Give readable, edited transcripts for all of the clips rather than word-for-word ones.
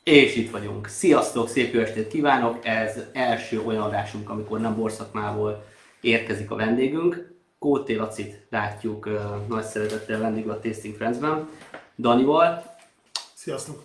És itt vagyunk. Sziasztok, szép jó estét kívánok! Ez első olyan adásunk, amikor nem borszakmából érkezik a vendégünk. Kóté Lacit látjuk nagy szeretettel vendégül a Tasting Friends-ben, Danival. Sziasztok!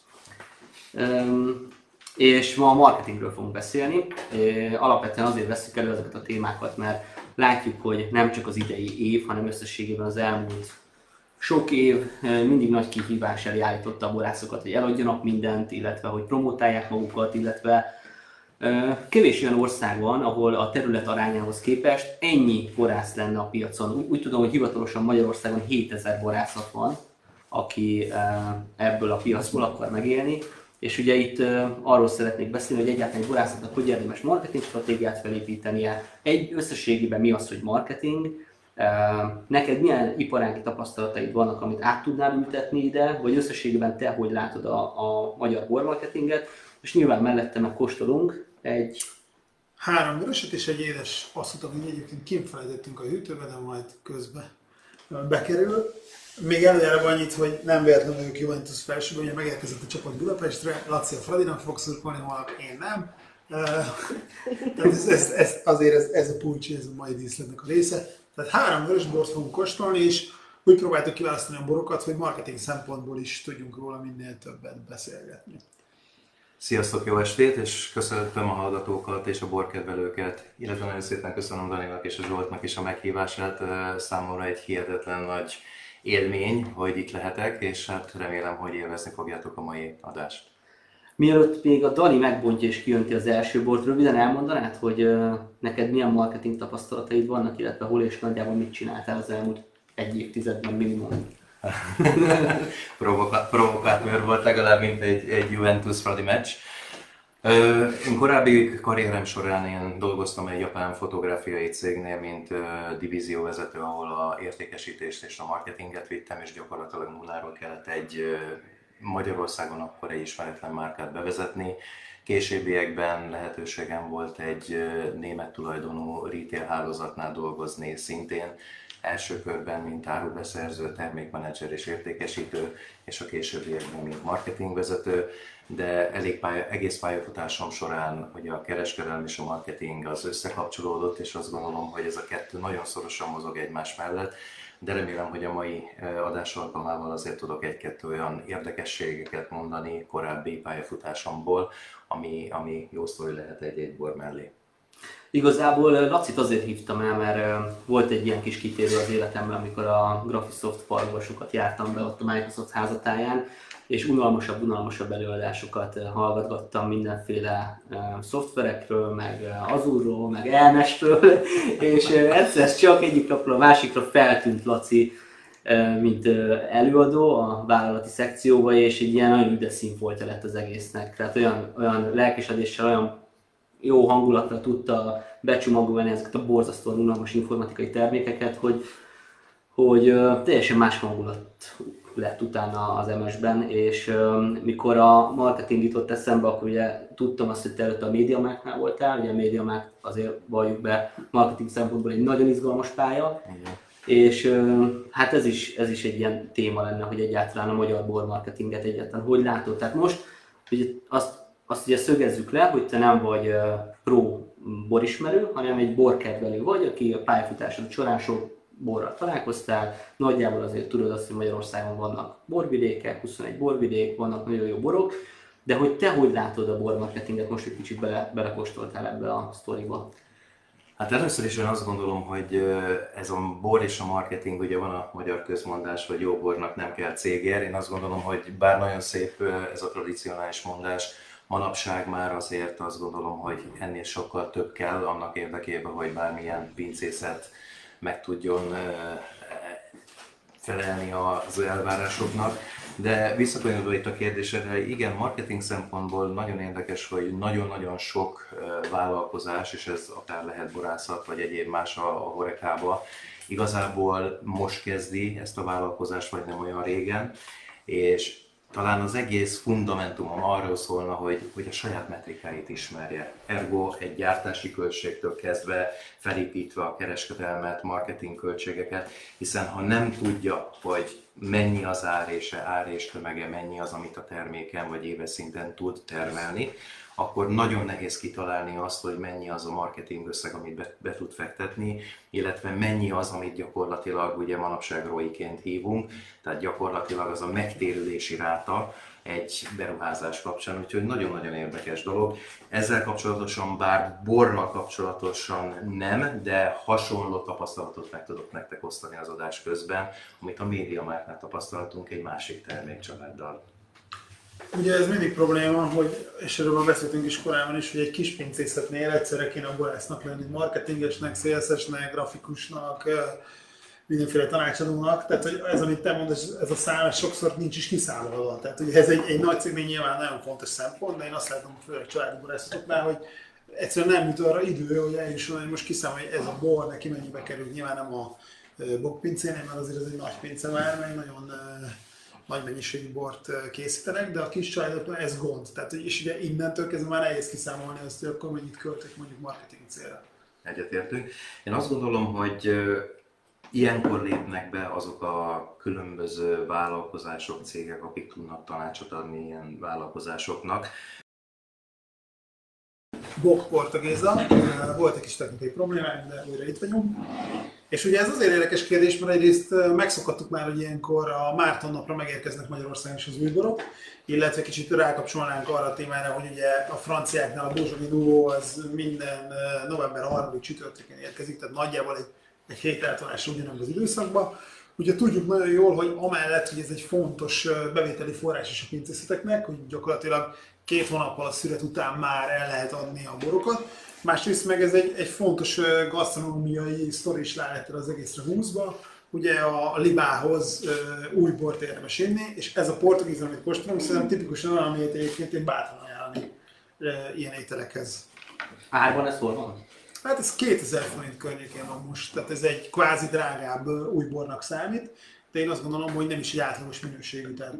És ma a marketingről fogunk beszélni. Alapvetően azért veszük elő ezeket a témákat, mert látjuk, hogy nem csak az idei év, hanem összességében az elmúlt sok év mindig nagy kihívás elé állította a borászokat, hogy eladjanak mindent, illetve hogy promotálják magukat, illetve kevés olyan ország van, ahol a terület arányához képest ennyi borász lenne a piacon. Úgy tudom, hogy hivatalosan Magyarországon 7000 borászat van, aki ebből a piacból akar megélni. És ugye itt arról szeretnék beszélni, hogy egyáltalán egy borászatnak hogy érdemes marketing stratégiát felépítenie. Egy összességében mi az, hogy marketing. Neked milyen iparági tapasztalataid vannak, amit át tudnál ültetni ide, vagy összességében te hogy látod a magyar bormarketinget, és nyilván mellette meg kóstolunk egy... 3 vöröset és egy édes passzot, amit egyébként kinfelejtettünk a hűtőbe, de majd közben bekerül. Még előjáróban annyit, hogy nem véletlenül vagyok Juventus felsőben, ugye megérkezett a csapat Budapestre, Laci a Fradinak fog szurkolni, holnap én nem. Tehát ez a pulcsi, ez a mai díszletnek a része. Tehát 3 vörösbort fogunk kóstolni, és úgy próbáltuk kiválasztani a borokat, hogy marketing szempontból is tudjunk róla minél többet beszélgetni. Sziasztok, jó estét, és köszöntöm a hallgatókat és a borkedvelőket, illetve nagyon szépen köszönöm Daninak és a Zsoltnak is a meghívását. Számomra egy hihetetlen nagy élmény, hogy itt lehetek, és hát remélem, hogy élvezni fogjátok a mai adást. Mielőtt még a Dani megbontja és kijönti az első bort, röviden elmondanád, hogy neked milyen marketing tapasztalataid vannak, illetve hol és nagyjából mit csináltál az elmúlt egy évtizedben minimum? Provokátor volt legalább, mint egy Juventus-Fradi meccs. Én korábbi karrierem során én dolgoztam egy japán fotográfiai cégnél, mint divízióvezető, ahol a értékesítést és a marketinget vittem, és gyakorlatilag nulláról kellett egy Magyarországon akkor egy ismeretlen márkát bevezetni. Későbbiekben lehetőségem volt egy német tulajdonú retail hálózatnál dolgozni, szintén első körben, mint árubeszerző, termékmenedzser és értékesítő, és a későbbiekben, mint marketingvezető, de egész pályafutásom során ugye a kereskedelem és a marketing az összekapcsolódott, és azt gondolom, hogy ez a kettő nagyon szorosan mozog egymás mellett, de remélem, hogy a mai adás alkalmával azért tudok egy-kettő olyan érdekességeket mondani korábbi pályafutásomból, ami jó sztori lehet egy bor mellé. Igazából Lacit azért hívtam el, mert volt egy ilyen kis kitérő az életemben, amikor a Graphisoft parkban sokat jártam be ott a Microsoft házatáján, és unalmasabb előadásokat hallgatgattam mindenféle szoftverekről, meg Azure-ról, meg Elmesről, és egyszer csak egyik napról a másikra feltűnt Laci, mint előadó a vállalati szekcióba, és egy ilyen nagyon üdes színfoltja lett az egésznek. Tehát olyan lelkesedéssel, olyan jó hangulatra tudta becsomagolni ezeket a borzasztóan unalmas informatikai termékeket, hogy teljesen más hangulat lett utána az MS-ben, és mikor a marketing jutott eszembe, akkor ugye tudtam azt, hogy te előtt a MediaMarktnál voltál, ugye a MediaMarkt azért valljuk be marketing szempontból egy nagyon izgalmas pálya, igen. És hát ez is egy ilyen téma lenne, hogy egyáltalán a magyar bormarketinget egyáltalán hogy látod. Tehát most ugye azt ugye szögezzük le, hogy te nem vagy pro borismerő, hanem egy borkedvelő vagy, aki a pályafutásod során sok borral találkoztál. Nagyjából azért tudod azt, hogy Magyarországon vannak borvidékek, 21 borvidék, vannak nagyon jó borok, de hogy te hogy látod a bormarketinget, most egy kicsit belekóstoltál ebbe a sztoriba? Hát először is én azt gondolom, hogy ez a bor és a marketing, ugye van a magyar közmondás, hogy jó bornak nem kell cégér. Én azt gondolom, hogy bár nagyon szép ez a tradicionális mondás, manapság már azért azt gondolom, hogy ennél sokkal több kell annak érdekében, hogy bármilyen pincészet meg tudjon felelni az elvárásoknak. De visszakanyarodva itt a kérdésedre, igen, marketing szempontból nagyon érdekes, hogy nagyon-nagyon sok vállalkozás, és ez akár lehet borászat, vagy egyéb más a horekába, igazából most kezdi ezt a vállalkozást, vagy nem olyan régen, és talán az egész fundamentumom arról szólna, hogy a saját metrikáit ismerje. Ergo egy gyártási költségtől kezdve felépítve a kereskedelmet, marketing költségeket, hiszen ha nem tudja, hogy mennyi az ár és tömege, mennyi az, amit a terméken vagy éves szinten tud termelni, akkor nagyon nehéz kitalálni azt, hogy mennyi az a marketing összeg, amit be tud fektetni, illetve mennyi az, amit gyakorlatilag ugye manapság ROI-ként hívunk, tehát gyakorlatilag az a megtérülési ráta egy beruházás kapcsán, úgyhogy nagyon-nagyon érdekes dolog. Ezzel kapcsolatosan, bár borral kapcsolatosan nem, de hasonló tapasztalatot meg tudok nektek osztani az adás közben, amit a MediaMarktnál tapasztaltunk egy másik termékcsaláddal. Ugye ez mindig probléma, hogy, és erről már beszéltünk is korábban is, hogy egy kis pincészetnél egyszerre kéne a borásznak lenni, marketingesnek, szélszesnek, grafikusnak, mindenféle tanácsadónak, tehát hogy ez, amit te mondasz, ez a szám, ez sokszor nincs is kiszámolva. Tehát ugye ez egy nagy cégnél nyilván nagyon fontos szempont, de én azt látom, főleg családi borászatoknál, hogy egyszerűen nem jut arra idő, hogy eljusson, hogy most kiszámolja, hogy ez a bor neki mennyibe kerül. Nyilván nem a bokpincénél, mert azért ez egy nagy pince már, meg nagyon nagy mennyiségű bort készítenek, de a kis családoknál ez gond. Tehát, és ugye innentől kezdve már nehéz kiszámolni azt, hogy akkor mennyit költök mondjuk marketing célra. Egyetértünk. Én azt gondolom, hogy ilyenkor lépnek be azok a különböző vállalkozások, cégek, akik tudnak tanácsot adni ilyen vállalkozásoknak. Bok Portugéza, volt egy kis technikai problémák, de újra itt vagyunk. És ugye ez azért érdekes kérdés, mert egyrészt megszokhattuk már, hogy ilyenkor a Márton napra megérkeznek Magyarországon is az új borok, illetve kicsit rákapcsolnánk arra a témára, hogy ugye a franciáknál a Beaujolais Nouveau az minden november 3. csütörtökön érkezik, tehát nagyjából egy hét eltolás ugyanabban az időszakban. Ugye tudjuk nagyon jól, hogy amellett, hogy ez egy fontos bevételi forrás is a pincészeteknek, hogy gyakorlatilag 2 hónappal a szület után már el lehet adni a borokat. Másrészt meg ez egy fontos gasztronómiai sztori is lehet az egészre húzva. Ugye a libához új bort érdemes inni, és ez a portugíz, amit kóstolom, szerintem tipikusan olyan, amit egyébként én bátran ajánlani ilyen ételekhez. Árban ez hol van? Hát ez 2000 forint környékén van most, tehát ez egy kvázi drágább új bornak számít, de én azt gondolom, hogy nem is egy átlagos minőségű, tehát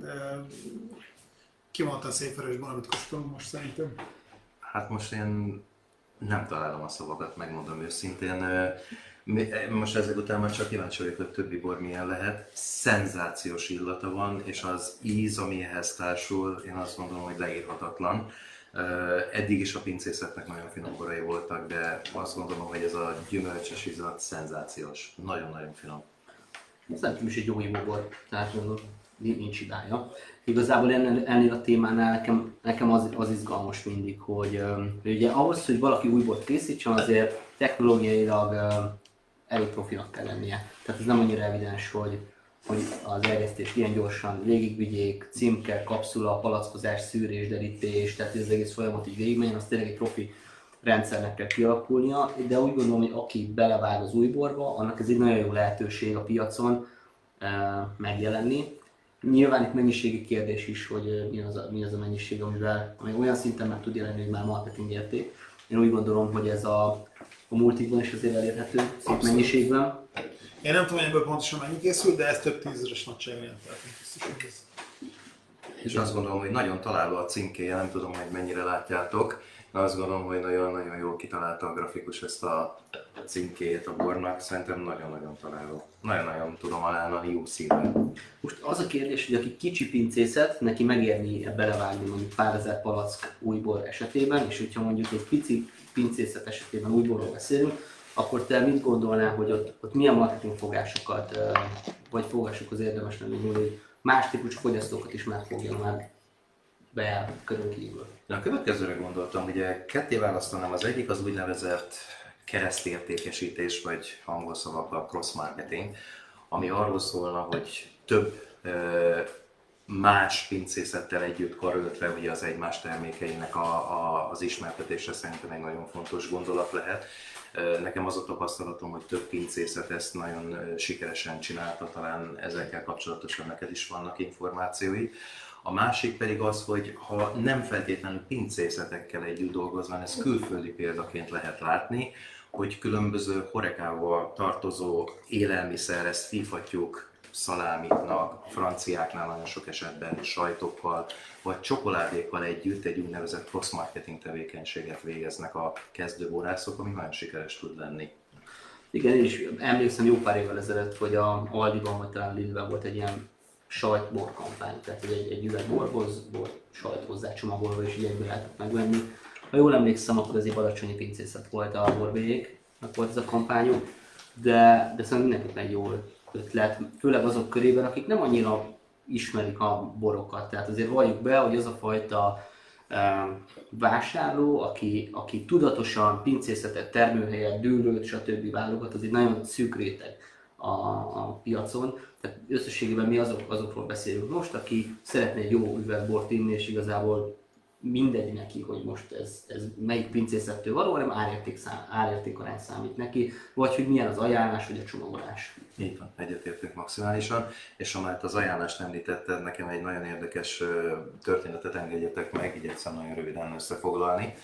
kimondottan szép vörös bor, amit kóstolom most szerintem. Hát most én nem találom a szavakat, megmondom őszintén. Most ezek után már csak kíváncsi vagyok, hogy többi bor milyen lehet. Szenzációs illata van, és az íz, ami ehhez társul, én azt gondolom, hogy leírhatatlan. Eddig is a pincészetnek nagyon finom borai voltak, de azt gondolom, hogy ez a gyümölcsös izzat szenzációs. Nagyon-nagyon finom. Szerintem is egy jó ivóbor, tehát mondom, nincs idája. Igazából ennél a témánál nekem az izgalmas mindig, hogy ugye ahhoz, hogy valaki új bort készítsen, azért technológiailag elég profinak kell lennie. Tehát ez nem annyira evidens, hogy az erjesztést ilyen gyorsan végigvigyék, címke, kapszula, palackozás, szűrés, derítés, tehát ez az egész folyamat így végigmenjen, az tényleg egy profi rendszernek kell kialakulnia, de úgy gondolom, hogy aki belevág az új borba, annak ez egy nagyon jó lehetőség a piacon megjelenni. Nyilván itt mennyiségi kérdés is, hogy mi az a mennyiség, ami olyan szinten meg tud jelenni, hogy már marketing érték. Én úgy gondolom, hogy ez a multikban is azért elérhető szép mennyiségben. Én nem tudom, hogy ebből pontosan mennyi készült, de ez több tízezeres nagyságrend, tehát biztos, hogy ez. És azt gondolom, hogy nagyon találva a címkéje, nem tudom, hogy mennyire látjátok, de azt gondolom, hogy nagyon-nagyon jól kitalálta a grafikus ezt a címkéjét a bornak, szerintem nagyon-nagyon találó. Nagyon-nagyon tudom ajánlani jó szívvel. Most az a kérdés, hogy aki kicsi pincészet, neki megérni belevágni mondjuk pár ezer palack újbor esetében, és hogyha mondjuk egy pici pincészet esetében újborról beszélünk, akkor te mit gondolnál, hogy ott milyen marketing fogásokat, vagy fogásokhoz érdemes lenni, hogy más típusú fogyasztókat is megfogja már be körül kívül? A következőre gondoltam, ugye ketté választanám, az egyik az úgynevezett keresztértékesítés, vagy angol szavakkal cross-marketing, ami arról szólna, hogy több más pincészettel együtt karöltve ugye az egymás termékeinek az ismertetése szerintem egy nagyon fontos gondolat lehet. Nekem az a tapasztalatom, hogy több pincészet ezt nagyon sikeresen csinálta, talán ezekkel kapcsolatosan neked is vannak információi. A másik pedig az, hogy ha nem feltétlenül pincészetekkel együtt dolgozva, ez külföldi példaként lehet látni, hogy különböző horekával tartozó élelmiszer, ezt hívhatjuk szalámiknak, franciáknál nagyon sok esetben sajtokkal, vagy csokoládékkal együtt egy úgynevezett cross-marketing tevékenységet végeznek a kezdőborászok, ami nagyon sikeres tud lenni. Igen, én is emlékszem jó pár évvel ezelőtt, hogy a Aldiban vagy talán Lidlben volt egy ilyen sajtbor kampány, tehát egy üveg borhoz volt sajt hozzá csomagolva, és így egyből lehetett megvenni. Ha jól emlékszem, akkor azért alacsonyi pincészet volt a borbélyéknak volt ez a kampányuk, de szerintem mindenképpen egy jó ötlet, főleg azok körében, akik nem annyira ismerik a borokat. Tehát azért valljuk be, hogy az a fajta vásárló, aki tudatosan pincészetet, termőhelyet, dűlőt, stb. Válogat, az egy nagyon szűk réteg a piacon. Tehát összességében mi azokról beszélünk most, aki szeretne egy jó üvegbort inni, és igazából mindegy neki, hogy most ez melyik pincészettől való, hanem árértékarány számít neki, vagy hogy milyen az ajánlás, vagy a csomagolás. Így van, egyetértünk maximálisan, és ha már az ajánlást említetted, nekem egy nagyon érdekes történetet engedjetek meg, igyekszem nagyon röviden összefoglalni.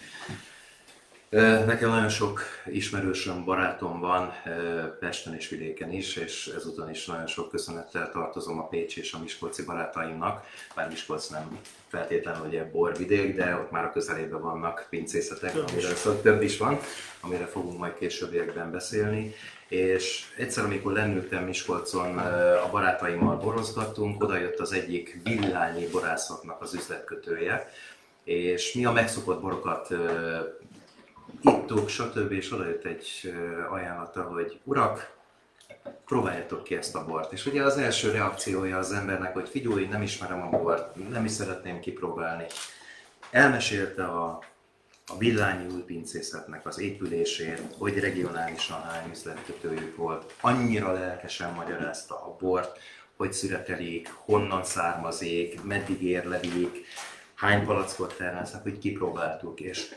Nekem nagyon sok ismerősöm, barátom van Pesten és vidéken is, és ezúton is nagyon sok köszönettel tartozom a pécsi és a miskolci barátaimnak, bár Miskolc nem feltétlenül ugye borvidék, de ott már a közelében vannak pincészetek, amire több is van, amire fogunk majd későbbiekben beszélni. És egyszer, amikor lennültem Miskolcon, a barátaimmal borozgattunk, oda jött az egyik Villányi borászatnak az üzletkötője, és mi a megszokott borokat ittuk, stb. És oda jött egy ajánlata, hogy urak, próbáljátok ki ezt a bort. És ugye az első reakciója az embernek, hogy figyelj, nem ismerem a bort, nem is szeretném kipróbálni. Elmesélte a Villányi új pincészetnek az épülését, hogy regionálisan hány üzletkötőjük volt. Annyira lelkesen magyarázta a bort, hogy születelik, honnan származik, meddig érlelik, hány palackot termelsznek, hogy kipróbáltuk, és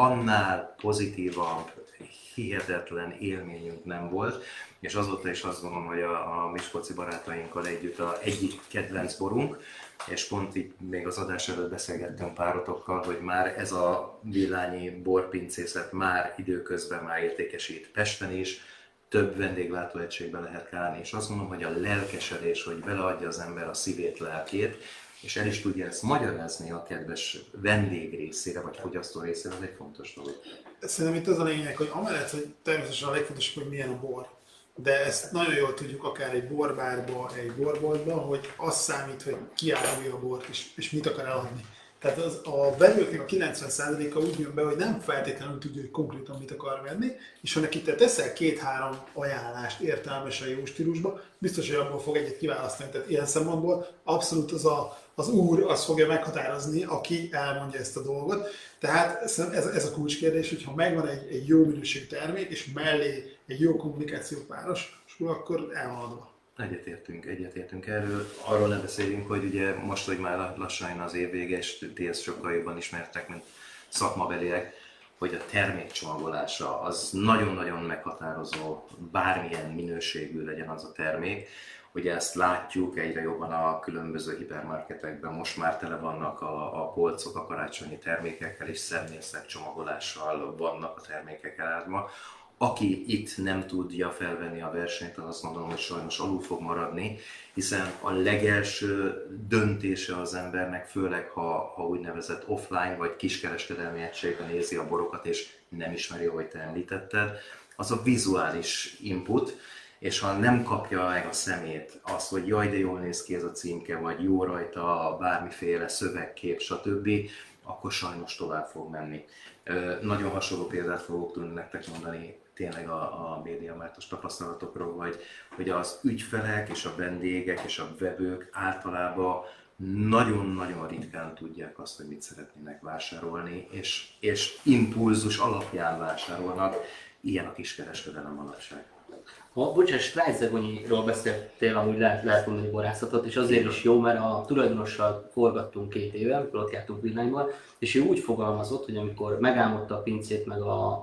annál pozitívabb, hihetetlen élményünk nem volt, és azóta is azt gondolom, hogy a miskolci barátainkkal együtt egyik kedvenc borunk, és pont itt még az adás előtt beszélgettünk párotokkal, hogy már ez a Villányi borpincészet már időközben már értékesít Pesten is, több vendéglátóegységbe lehet állni, és azt mondom, hogy a lelkesedés, hogy beleadja az ember a szívét, lelkét, és el is tudja ezt magyarázni a kedves vendég részére, vagy fogyasztó részére, ez egy fontos dolog. Szerintem itt az a lényeg, hogy amellett, hogy természetesen a legfontosabb, hogy milyen a bor. De ezt nagyon jól tudjuk akár egy borbárba, egy borboltban, hogy az számít, hogy ki árulja a bort és mit akar eladni. Tehát a vevőknek a 90%-a úgy jön be, hogy nem feltétlenül tudja, hogy konkrétan mit akar venni, és ha neki te teszel 2-3 ajánlást értelmesen jó stílusba, biztos, hogy abból fog egyet kiválasztani. Tehát ilyen szempontból abszolút az úr az fogja meghatározni, aki elmondja ezt a dolgot. Tehát ez a kulcskérdés, hogy ha megvan egy jó minőségű termék, és mellé egy jó kommunikáció páros, akkor el van adva. Egyetértünk erről. Arról nem beszélünk, hogy ugye most, hogy már lassan jön az év vége, és ti ezt sokkal jobban ismertek, mint szakmabeliek, hogy a termék csomagolása az nagyon-nagyon meghatározó, bármilyen minőségű legyen az a termék. Ugye ezt látjuk egyre jobban a különböző hipermarketekben, most már tele vannak a polcok a karácsonyi termékekkel, és szemlészek csomagolással vannak a termékek elárva. Aki itt nem tudja felvenni a versenyt, azt mondom, hogy sajnos alul fog maradni, hiszen a legelső döntése az embernek, főleg ha úgynevezett offline vagy kiskereskedelmi egységben nézi a borokat, és nem ismeri, ahogy te említetted, az a vizuális input, és ha nem kapja meg a szemét, azt, hogy jaj, de jól néz ki ez a címke, vagy jó rajta bármiféle szövegkép, stb., akkor sajnos tovább fog menni. Nagyon hasonló példát fogok tudni nektek mondani tényleg a médiamártos tapasztalatokról, hogy az ügyfelek és a vendégek és a vevők általában nagyon-nagyon ritkán tudják azt, hogy mit szeretnének vásárolni, és impulzus alapján vásárolnak. Ilyen a kiskereskedelem manapság. Bocsánat, Streitzergonyiról beszéltél, amúgy lehet mondani borászatot, és azért is jó, mert a tulajdonossal forgattunk 2 éve, amikor ott jártunk Villányban, és ő úgy fogalmazott, hogy amikor megálmodta a pincét meg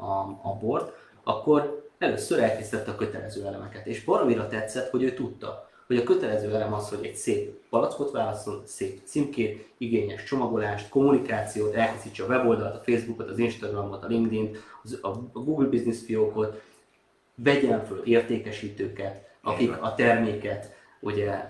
a bort, akkor először elkészítette a kötelező elemeket, és baromira tetszett, hogy ő tudta, hogy a kötelező elem az, hogy egy szép palackot válaszol, szép címkét, igényes csomagolást, kommunikációt, elkészítse a weboldalt, a Facebookot, az Instagramot, a LinkedIn, a Google Business fiókot, vegyen föl értékesítőket, akik a terméket ugye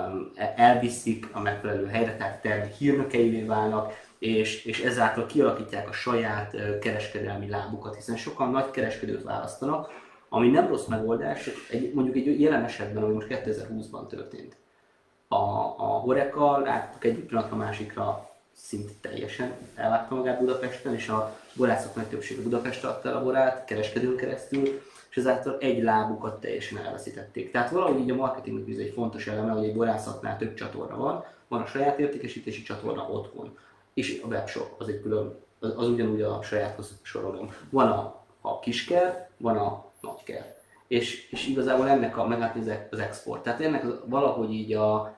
elviszik a megfelelő helyre, tehát termék hírnökeivé válnak, és ezáltal kialakítják a saját kereskedelmi lábukat, hiszen sokan nagy kereskedőt választanak, ami nem rossz megoldás, mondjuk egy jelen esetben, ami most 2020-ban történt. a Horeca láttuk egyik pillanatra másikra szinte teljesen elvágta magát Budapesten, és a borászok nagy többsége Budapestre adta el a borát, kereskedőn keresztül, és ezáltal egy lábukat teljesen elveszítették. Tehát valahogy így a marketingnek is egy fontos eleme, hogy egy borászatnál több csatorna van a saját értékesítési csatorna otthon, és a webshop az egy külön, az ugyanúgy a sajáthoz sorolom. Van a kiskert, van a nagykert. És igazából ennek az export. Tehát ennek valahogy így a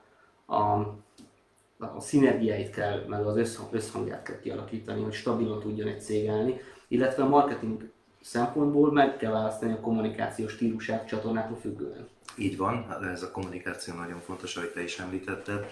szinergiáit kell, meg az összhangját kell kialakítani, hogy stabilan tudjon egy cég állni, illetve a marketing szempontból meg kell választani a kommunikációs stílusát csatornától függően. Így van, ez a kommunikáció nagyon fontos, ahogy te is említetted.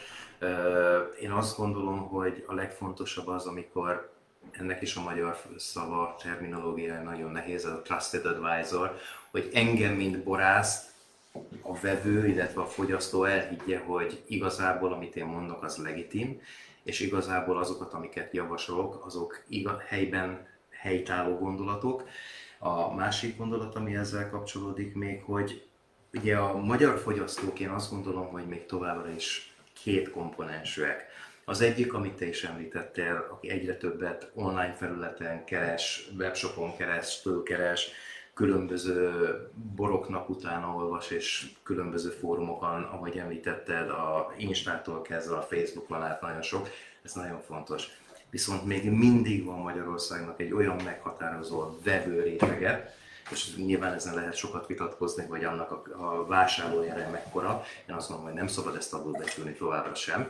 Én azt gondolom, hogy a legfontosabb az, amikor ennek is a magyar szava, terminológiája nagyon nehéz, ez a trusted advisor, hogy engem, mint borászt, a vevő, illetve a fogyasztó elhiggye, hogy igazából, amit én mondok, az legitim, és igazából azokat, amiket javasolok, azok helyben helytálló gondolatok. A másik gondolat, ami ezzel kapcsolódik még, hogy ugye a magyar fogyasztók, én azt gondolom, hogy még továbbra is két komponensűek. Az egyik, amit te is említettél, aki egyre többet online felületen keres, webshopon keresztül keres, különböző boroknak utána olvas, és különböző fórumokon, ahogy említetted, a Instától kezdve a Facebookon át nagyon sok, ez nagyon fontos. Viszont még mindig van Magyarországnak egy olyan meghatározó vevő rétege, és nyilván ezen lehet sokat vitatkozni, hogy annak a vásárlójára mekkora. Én azt mondom, hogy nem szabad ezt alulbecsülni továbbra sem.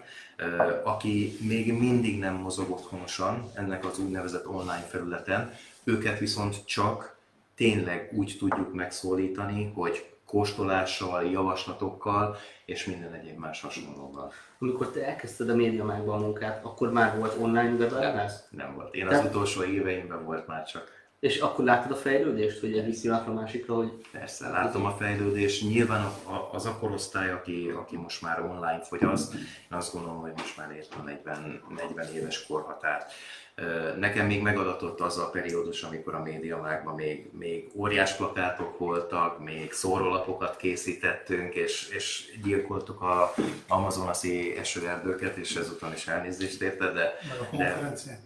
Aki még mindig nem mozog otthonosan ennek az úgynevezett online felületen, őket viszont csak tényleg úgy tudjuk megszólítani, hogy kóstolással, javaslatokkal és minden egyéb más hasonlóval. Amikor te elkezdted a MediaMarktban a munkát, akkor már volt online webellenász? Nem volt. Én az utolsó éveimben volt már csak. És akkor látod a fejlődést, hogy egyik pillanatra a másikra, hogy... Persze, látom a fejlődést. Nyilván az a korosztály, aki most már online fogyaszt, én azt gondolom, hogy most már ért a 40 éves korhatár. Nekem még megadatott az a periódus, amikor a MediaMarktban még óriás plakátok voltak, még szórólapokat készítettünk, és gyilkoltuk a amazonasi esőerdőket, és ezután is elnézést érte, Meg a konferencián.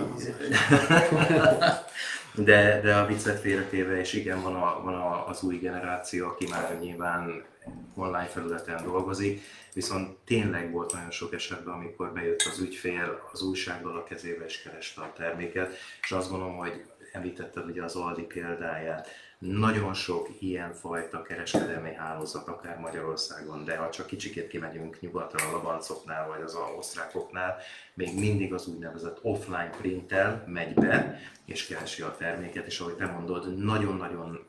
De a viccet félretéve, és igen, van az új generáció, aki már nyilván online felületen dolgozik, viszont tényleg volt nagyon sok esetben, amikor bejött az ügyfél az újsággal a kezébe és kereste a terméket, és azt gondolom, hogy említetted ugye az Aldi példáját, nagyon sok ilyen fajta kereskedelmi hálózat, akár Magyarországon, de ha csak kicsikét kimegyünk nyugatra a Labancoknál vagy az osztrákoknál, még mindig az úgynevezett offline printtel megy be és keresi a terméket, és ahogy te mondod, nagyon-nagyon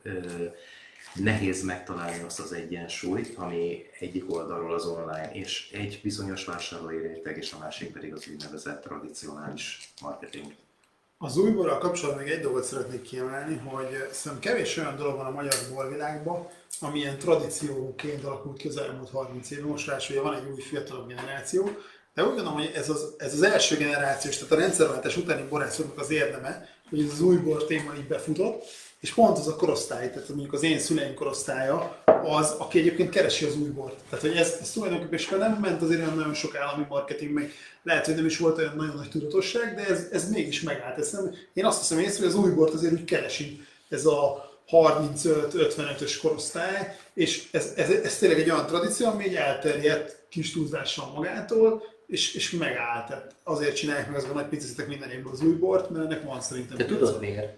nehéz megtalálni azt az egyensúlyt, ami egyik oldalról az online, és egy bizonyos vásárlói réteg, és a másik pedig az úgynevezett tradicionális marketing. Az újborral kapcsolatban még egy dolgot szeretnék kiemelni, hogy szerintem kevés olyan dolog van a magyar borvilágban, ami ilyen tradícióként alakult ki az elmúlt 30 évben. Most ráadásul van egy új fiatalabb generáció, de úgy gondolom, hogy ez az első generációs, tehát a rendszerváltás utáni borászoknak az érdeme, hogy ez az újbor téma így befutott, és pont az a korosztály, tehát mondjuk az én szüleim korosztálya az, aki egyébként keresi az újbort. Tehát, hogy ez tulajdonképpen is nem ment azért olyan nagyon sok állami marketing, meg lehet, hogy nem is volt olyan nagyon nagy tudatosság, de ez mégis megállt. Én azt hiszem észre, hogy az újbort azért úgy keresi ez a 35-55-ös korosztály, és ez tényleg egy olyan tradíció, ami így elterjedt kis túlzással magától, és megállt. Tehát azért csinálják meg azok a nagy picitek minden évben az újbort, mert ennek van szerintem. Te tudod miért?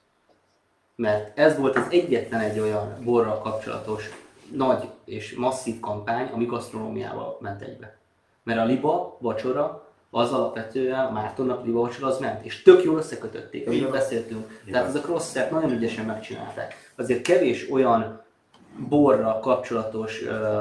Mert ez volt az egyetlen egy olyan borral kapcsolatos nagy és masszív kampány, ami gasztronómiával ment egybe. Mert a liba vacsora, az alapvetően a Mártonnak liba vacsora az ment, és tök jól összekötötték, amiről beszéltünk. Tehát ez a cross-set nagyon ügyesen megcsinálták. Azért kevés olyan borral kapcsolatos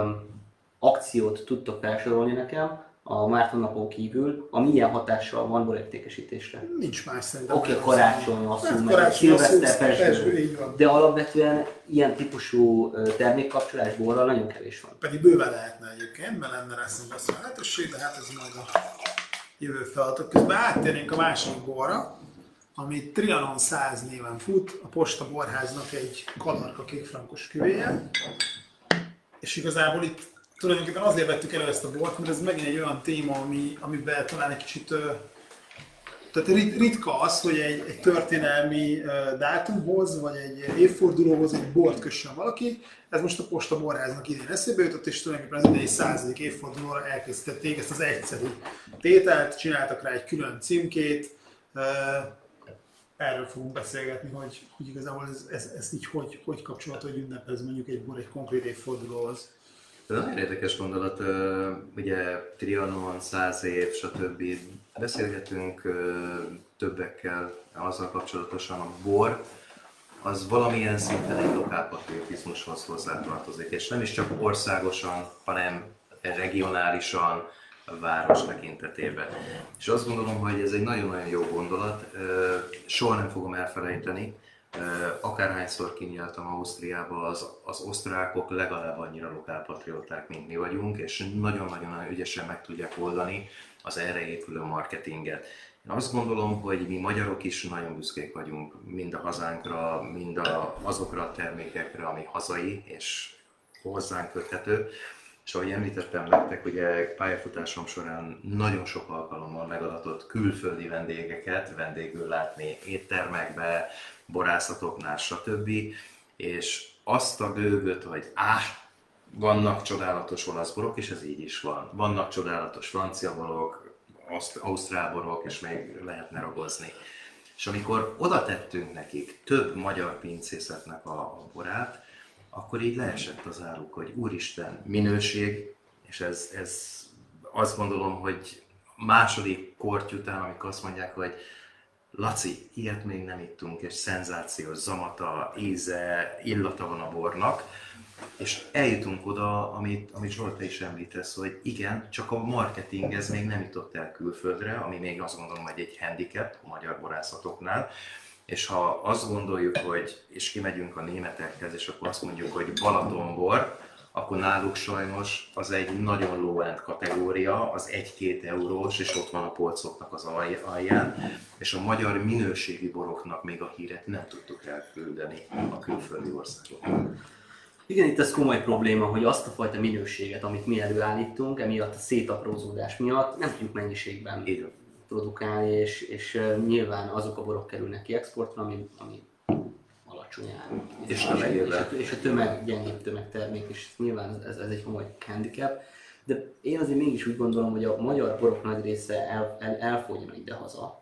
akciót tudtok felsorolni nekem, a Márton napon kívül, ami ilyen hatással van borértékesítésre. Nincs más szerintem. Oké, karácsony, asszú, meg szilveszter, pesgő, de alapvetően ilyen típusú termékkapcsolás borral nagyon kevés van. Pedig bőven lehetne egyébként, mert lenne rá szemben lehetőség, de hát ez majd a jövő feladatok. Közben áttérnénk a másik borra, ami Trianon 100 néven fut, a Posta Borháznak egy kadarka kékfrankos küvéje. És igazából itt tulajdonképpen azért vettük elő ezt a bort, mert ez megint egy olyan téma, amiben talán egy kicsit tehát ritka az, hogy egy történelmi dátumhoz, vagy egy évfordulóhoz egy bort kössön valaki. Ez most a Posta borháznak idén eszébe jutott, és tulajdonképpen az idei 100. évfordulóra elkészítették ezt az egyszerű tételt, csináltak rá egy külön címkét. Erről fogunk beszélgetni, hogy igazából ez így hogy kapcsolható, hogy ünnepez mondjuk egy bor egy konkrét évfordulóhoz. Ez nagyon érdekes gondolat, ugye Trianon, 100 év, stb. Beszélgetünk többekkel azzal kapcsolatosan, a bor az valamilyen szinten egy lokálpatriotizmushoz hozzátartozik, és nem is csak országosan, hanem regionálisan, a város tekintetében. És azt gondolom, hogy ez egy nagyon-nagyon jó gondolat, soha nem fogom elfelejteni. Akárhányszor kinyíltam Ausztriába, az osztrákok legalább annyira lokálpatrióták, mint mi vagyunk, és nagyon-nagyon ügyesen meg tudják oldani az erre épülő marketinget. Én azt gondolom, hogy mi magyarok is nagyon büszkék vagyunk mind a hazánkra, mind azokra a termékekre, ami hazai és hozzánk köthető. És ahogy említettem nektek, ugye pályafutásom során nagyon sok alkalommal megadatott külföldi vendégeket vendégül látni éttermekbe, borászatoknál, stb. És azt a gőgöt, hogy vannak csodálatos olasz borok, és ez így is van. Vannak csodálatos francia borok, ausztrál borok, és még lehetne ragozni. És amikor oda tettünk nekik több magyar pincészetnek a borát, akkor így leesett az álluk, hogy úristen, minőség, és ez azt gondolom, hogy második korty után, amikor azt mondják, hogy Laci, ilyet még nem ittunk, és szenzációs zamata, íze, illata van a bornak, és eljutunk oda, amit Zsolt is említesz, hogy igen, csak a marketing ez még nem jutott el külföldre, ami még azt gondolom, hogy egy handicap a magyar borászatoknál. És ha azt gondoljuk, és kimegyünk a németekhez, és akkor azt mondjuk, hogy Balatonbor, akkor náluk sajnos az egy nagyon low-end kategória, az 1-2 eurós, és ott van a polcoknak az alján, és a magyar minőségi boroknak még a híret nem tudtuk elküldeni a külföldi országoknak. Igen, itt ez komoly probléma, hogy azt a fajta minőséget, amit mi előállítunk, emiatt a szétaprózódás miatt nem tudjuk mennyiségben produkálni, és nyilván azok a borok kerülnek ki exportra, ami alacsony áron. És a gyengébb tömegtermék, és nyilván ez egy komoly handicap. De én azért mégis úgy gondolom, hogy a magyar borok nagy része el fog jönni idehaza.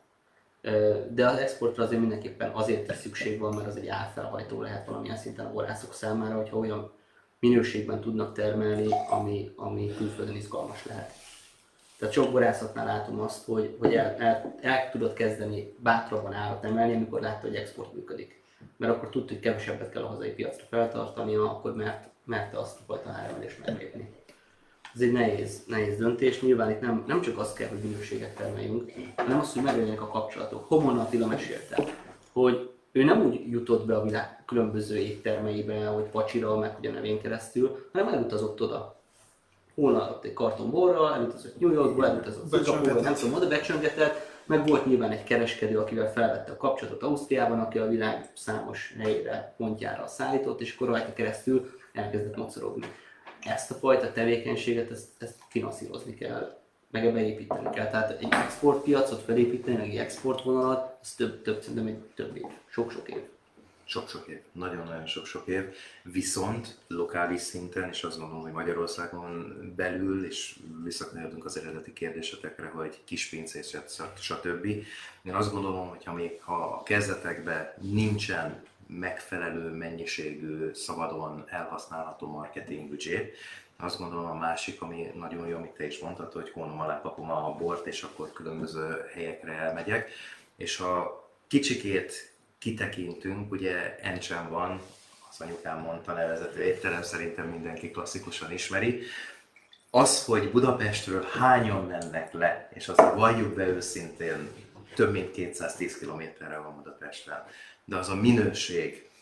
De az exportra azért mindenképpen azért szükség van, mert az egy árfelhajtó lehet valamilyen szinten a borászok számára, hogyha olyan minőségben tudnak termelni, ami külföldön izgalmas lehet. Tehát sok borászatnál látom azt, hogy el tudod kezdeni bátrabban árat emelni, amikor látta, hogy export működik. Mert akkor tudta, hogy kevesebbet kell a hazai piacra feltartania, akkor merte azt a fajta áremelést meglépni. Ez egy nehéz döntés. Nyilván itt nem csak az kell, hogy minőséget termeljünk, hanem az, hogy meglegyenek a kapcsolatok. Homon Attila mesélte, hogy ő nem úgy jutott be a világ különböző éttermeibe, hogy Pacsira, meg ugye a nevén keresztül, hanem elutazott oda. Holnap egy karton borral, elutazott New Yorkba, elutazott Szingapúrba, nem tudom, oda becsöngetett, meg volt nyilván egy kereskedő, akivel felvette a kapcsolatot Ausztriában, aki a világ számos helyére, pontjára szállított, és akkor rajta keresztül elkezdett mocorogni. Ezt a fajta tevékenységet, ezt finanszírozni kell, meg ebbe építeni kell. Tehát egy exportpiacot felépíteni, meg egy exportvonalat, ez szerintem több év, sok-sok év. Sok-sok év, nagyon-nagyon sok-sok év, viszont lokális szinten, és azt gondolom, hogy Magyarországon belül, és visszakanyarodunk az eredeti kérdésetekre, hogy kispincészet, stb. Én azt gondolom, hogy ha a kezdetekben nincsen megfelelő mennyiségű, szabadon elhasználható marketing büdzsé, azt gondolom a másik, ami nagyon jó, amit te is mondtad, hogy hónom alá kapom a bort, és akkor különböző helyekre elmegyek, és ha kicsikét kitekintünk, ugye Encsen van, az anyukám mondta, nevezető étterem, szerintem mindenki klasszikusan ismeri. Az, hogy Budapestről hányan mennek le, és azt valljuk be őszintén, több mint 210 kilométerre van Budapesten, de az a minőség,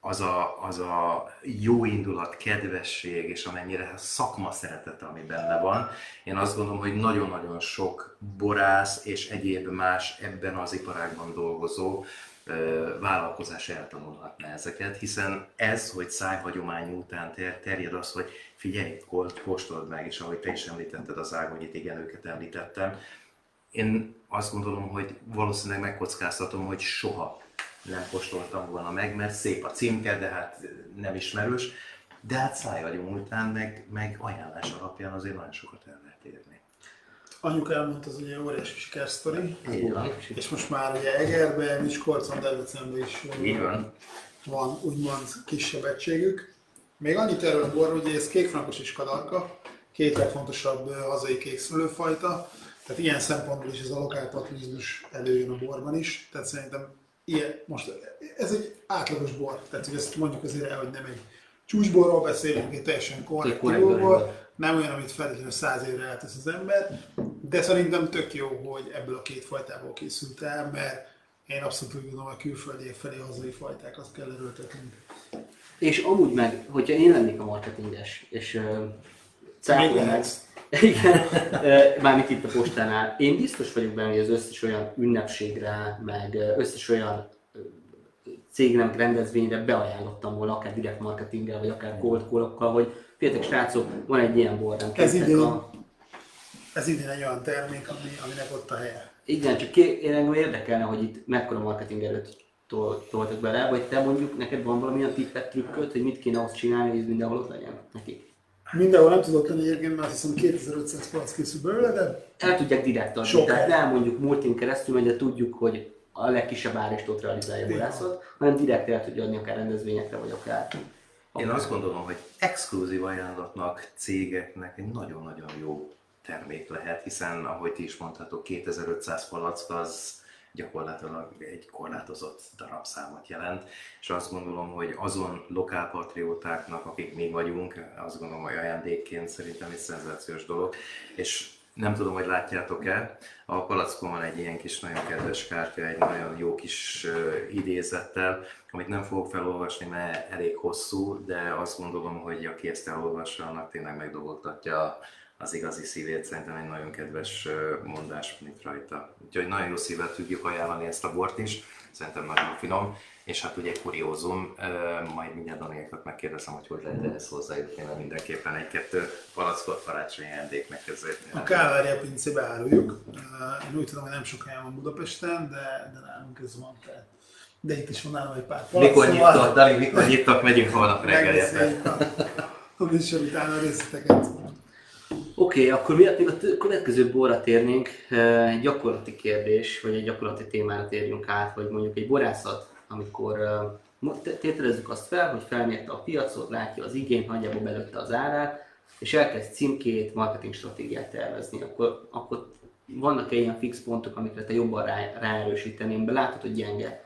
az a jó indulat, kedvesség, és amennyire szakma szeretete, ami benne van. Én azt gondolom, hogy nagyon-nagyon sok borász és egyéb más ebben az iparágban dolgozó vállalkozás eltanulhatna ezeket, hiszen ez, hogy szájhagyomány után terjed az, hogy figyelj, kóstold meg, és ahogy te is említetted az ágonyit, igen, őket említettem. Én azt gondolom, hogy valószínűleg megkockáztatom, hogy soha nem kóstoltam volna meg, mert szép a címke, de hát nem ismerős. De hát szájhagyom után, meg ajánlás alapján azért nagyon sokat el lehet érni. Anyuka elmondta, az ugye óriási sikersztori. Így van. És most már ugye Egerben, Miskolcon, Debrecenben is Így van úgymond kisebb egységük. Még annyit erről a borról, hogy ez kékfrankos és kadalka, két legfontosabb hazai kékszülőfajta. Tehát ilyen szempontból is ez a lokálpatriotizmus előjön a borban is. Tehát szerintem ez egy átlagos bor. Tehát hogy ezt mondjuk azért el, hogy nem egy csúcsborról beszélünk, egy teljesen korrekt borról, nem olyan, amit feltétlenül 100 évre eltesz az ember, de szerintem tök jó, hogy ebből a két fajtából készült el, mert én abszolút úgy gondolom, hogy a külföldiek felé a hazai fajtákat kell erőltetnünk. És amúgy meg, hogyha én lennék a marketinges, és cáfolom meg, igen, mármint itt a postánál, én biztos vagyok benne, hogy az összes olyan ünnepségre, meg összes olyan cégnek rendezvényre beajánlottam volna, akár direkt marketinggel, vagy akár cold call-okkal, hogy fiatal srácok, van egy ilyen borrám. Ez idén egy olyan termék, aminek ott a helye. Igen, csak én engem érdekelne, hogy itt mekkora marketing erőt toltak bele, vagy te mondjuk neked van valamilyen tippet, trükköt, hogy mit kéne azt csinálni, hogy ez mindenhol ott legyen nekik? Mindenhol nem tudok lenni egyébként, mert azt hiszem 2500 palack készül belőle, de... El tudják direkt adni, tehát nem mondjuk multin keresztül megy, de tudjuk, hogy a legkisebb áristót realizálja a borászat, hanem direkt el tudja adni akár rendezvényekre, vagy akár... Én azt gondolom, hogy exkluzív ajánlatnak, cégeknek egy nagyon-nagyon jó termék lehet, hiszen ahogy ti is mondhatok, 2500 palack az gyakorlatilag egy korlátozott darabszámot jelent, és azt gondolom, hogy azon lokálpatriótáknak, akik mi vagyunk, azt gondolom, hogy ajándékként szerintem egy szenzációs dolog, és nem tudom, hogy látjátok-e, a palackon van egy ilyen kis nagyon kedves kártya, egy nagyon jó kis idézettel, amit nem fogok felolvasni, mert elég hosszú, de azt gondolom, hogy aki ezt elolvassa, annak tényleg megdolgoztatja az igazi szívét. Szerintem egy nagyon kedves mondás van itt rajta. Úgyhogy nagyon jó szívvel tudjuk ajánlani ezt a bort is, szerintem nagyon finom. És hát ugye kuriózum, majd mindjárt Daniékat megkérdezem, hogy lehet ehhez hozzájutni, mert mindenképpen egy-kettő palackot karácsonyi ajándéknek ezért. A Kálvária pincébe áruljuk. Én úgy tudom, hogy nem sok helyen van Budapesten, de nálunk ez van. De itt is van nálam egy pár palack. Mikor nyittak, Dani, mikor nyittak, megyünk holnap reggeljetre. A műsor után a részleteket. Oké, akkor miatt még a következő borra térnénk, egy gyakorlati kérdés, vagy egy gyakorlati témára térjünk át, vagy mondjuk egy borászat, amikor tételezzük azt fel, hogy felmérte a piacot, látja az igényt, nagyjából belőtte az árát, és elkezd címkét, marketing stratégiát tervezni, akkor vannak-e ilyen fix pontok, amikre te jobban ráerősíteném be? Látod, hogy gyenge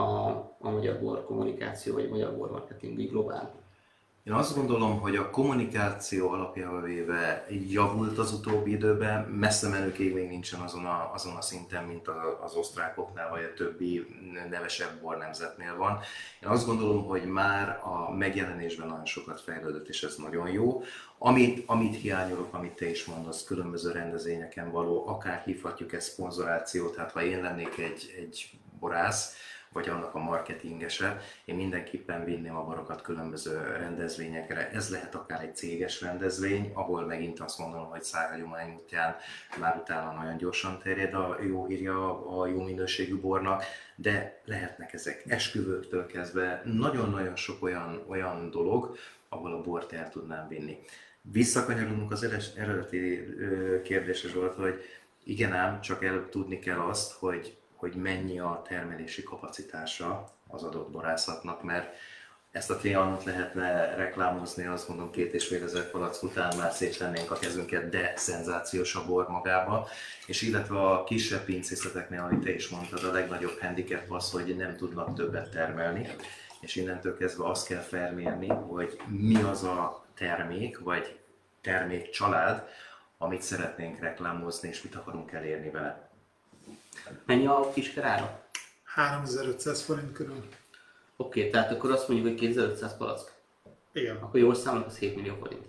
a magyar bor kommunikáció, vagy a magyar bor marketing globál? Én azt gondolom, hogy a kommunikáció alapjával véve javult az utóbbi időben, messze menőkig még nincsen azon a szinten, mint az osztrákoknál vagy a többi nevesebb bornemzetnél van. Én azt gondolom, hogy már a megjelenésben nagyon sokat fejlődött, és ez nagyon jó. Amit hiányolok, amit te is mondasz, különböző rendezvényeken való, akár hívhatjuk ezt szponzorációt, tehát ha én lennék egy borász, vagy annak a marketingese, én mindenképpen vinném a borokat különböző rendezvényekre. Ez lehet akár egy céges rendezvény, ahol megint azt mondom, hogy szájhagyomány útján már utána nagyon gyorsan terjed a jó hírja a jó minőségű bornak, de lehetnek ezek esküvőktől kezdve, nagyon-nagyon sok olyan dolog, ahol a bort el tudnám vinni. Visszakanyarodunk az eredeti kérdésre, Zsolt, hogy igen ám, csak tudni kell azt, hogy mennyi a termelési kapacitása az adott borászatnak, mert ezt a trianont lehetne reklámozni, azt mondom 2500 palack után már szétlennénk a kezünket, de szenzációs a bor magába. És illetve a kisebb pincészeteknél, amit te is mondtad, a legnagyobb handicap az, hogy nem tudnak többet termelni, és innentől kezdve azt kell felmérni, hogy mi az a termék, vagy termékcsalád, amit szeretnénk reklámozni, és mit akarunk elérni vele. Mennyi a kisker ára? 3500 forint körül. Oké, tehát akkor azt mondjuk, hogy 2500 palack. Igen, Akkor jól számolok, az 7 millió forint.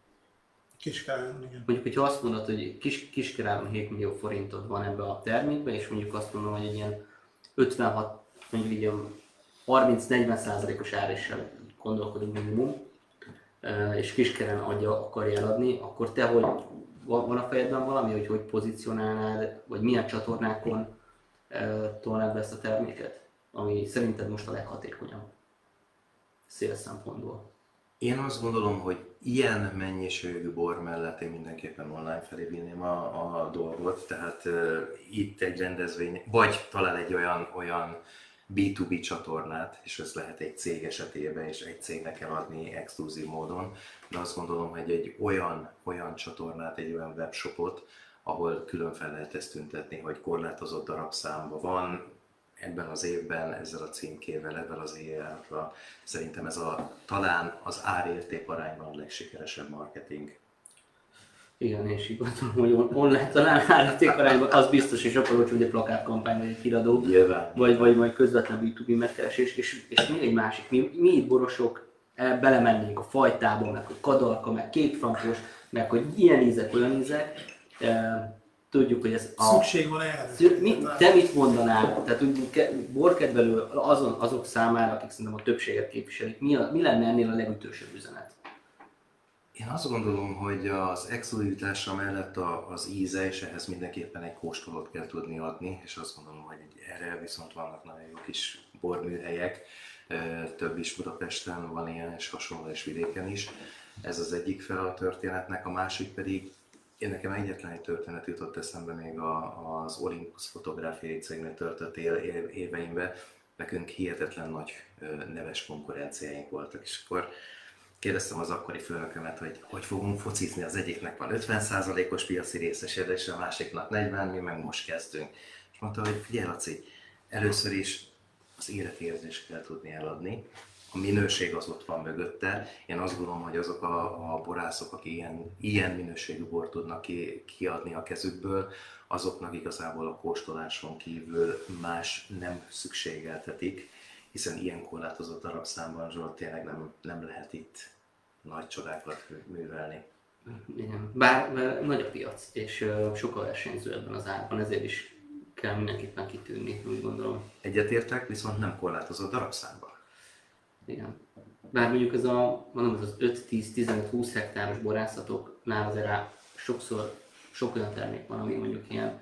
Kiskárán, igen. Mondjuk, hogyha azt mondod, hogy kiskerában 7 millió forintod van ebbe a termékbe, és mondjuk azt mondom, hogy egy ilyen 56, mondjuk így 30-40%-os áréssel gondolkodunk minimum, és kiskeren akarja eladni, akkor te hogy van a fejedben valami, hogy pozícionálnád, vagy milyen csatornákon tolnád be ezt a terméket, ami szerinted most a leghatékonyabb sales szempontból? Én azt gondolom, hogy ilyen mennyiségű bor mellett én mindenképpen online felé vinném a dolgot, tehát itt egy rendezvény, vagy talán egy olyan B2B csatornát, és ez lehet egy cég esetében, és egy cégnek kell adni exkluzív módon, de azt gondolom, hogy egy olyan csatornát, egy olyan webshopot, ahol külön fel lehet ezt tüntetni, hogy korlátozott darabszámban van, ebben az évben ezzel a címkével, ebben az éjjelre. Szerintem ez talán az ár-érték arányban a legsikeresebb marketing. Igen, és így gondolom, hogy online talán árértékarányban az biztos, és akkor hogy egy plakátkampány, vagy egy híradó, vagy közvetlen B2B megkeresés, és még egy másik, mi itt borosok belemennénk a fajtába, meg hogy kadarka, meg kékfrankos, meg hogy ilyen ízek, olyan ízek, tudjuk, hogy ez Szükség van erre. Te mit mondanál? Tehát borkedvelő azok számára, akik szerintem a többséget képviselik, mi lenne ennél a legütősebb üzenet? Én azt gondolom, hogy az exkluzivitása mellett az íze, és ehhez mindenképpen egy kóstolót kell tudni adni, és azt gondolom, hogy erre viszont vannak nagyon jó kis borműhelyek, több is Budapesten van ilyen, és hasonló és vidéken is. Ez az egyik fele a történetnek, a másik pedig, én nekem egyetlen egy történet jutott eszembe még az Olympus fotográfiai cégnél töltött éveimben. Nekünk hihetetlen nagy neves konkurenciáink voltak, és akkor kérdeztem az akkori főnökömet, hogy fogunk focizni, az egyiknek van 50%-os piaci részesedése, a másiknak 40%, mi meg most kezdünk. És mondta, hogy figyelj Laci, először is az életérzést kell tudni eladni, a minőség az ott van mögötte. Én azt gondolom, hogy azok a borászok, akik ilyen minőségű bort tudnak kiadni a kezükből, azoknak igazából a kóstoláson kívül más nem szükségeltetik, hiszen ilyen korlátozott darabszámban Zsolt tényleg nem lehet itt nagy csodákat művelni. Igen. Bár nagy a piac, és sok a versenyző ebben az árban, ezért is kell mindenképpen kitűnni, úgy gondolom. Egyetértek, viszont nem korlátozott darabszámban. Igen. Bár mondjuk ez az 5-10-15-20 hektáros borászatoknál azért sokszor sok olyan termék van, ami mondjuk ilyen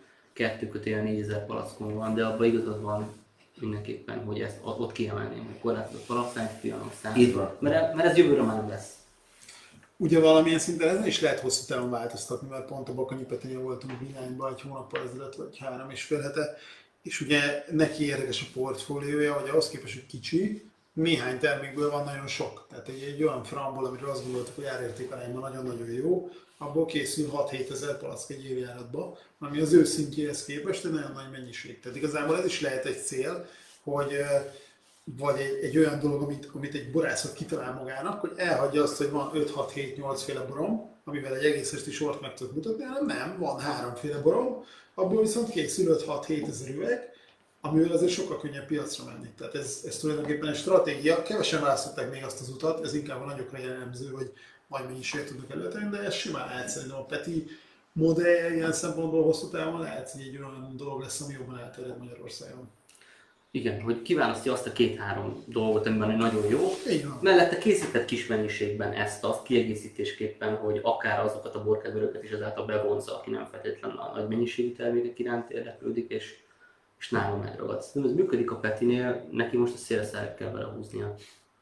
2-4000 palackon van, de abban igazad van mindenképpen, hogy ezt ott kiemelném, hogy korlátozott palackány, fianomszám. Így van. Mert ez jövőre már nem lesz. Ugye valamilyen szinten ezen is lehet hosszú távon változtatni, mert pont a Bakanyi Petinél voltunk Vilányban egy hónappal ezelőtt, vagy 3,5 hete, és ugye neki érdekes a portfóliója, hogy ahhoz képest, hogy kicsi, néhány termékből van nagyon sok. Tehát egy olyan framból, amiről azt gondoltuk, hogy árértékarányban nagyon-nagyon jó, abból készül 6-7 ezer palack egy évjáratba, ami az ő szintjéhez képest egy nagyon nagy mennyiség. Tehát igazából ez is lehet egy cél, hogy vagy egy olyan dolog, amit egy borászat kitalál magának, hogy elhagyja azt, hogy van 5-6-7-8 féle borom, amivel egy egész esti sort meg tud mutatni, hanem nem, van 3 féle borom, abból viszont készül 5-6-7 ezer üveg, amivel azért sokkal könnyebb piacra menni. Tehát ez tulajdonképpen egy stratégia, kevesen választották még azt az utat, ez inkább a nagyokra jellemző, hogy nagy mennyiséget tudnak előtenni, de ez simán lehet szerintem a Peti modellje ilyen szempontból hosszú távon lehet, hogy egy olyan dolog lesz, ami jobban elterjed Magyarországon. Igen, hogy kiválasztja azt a 2-3 dolgot, amiben nagyon jó. Igen. Mellette készített kis mennyiségben ezt-azt kiegészítésképpen, hogy akár azokat a borkedvelőket is ezáltal bevonza, aki nem feltétlenül a nagy mennyiségű termékek iránt érdeklődik, és nálam megragad. Ez működik a Petinél, neki most a szélszárat kell belehúznia.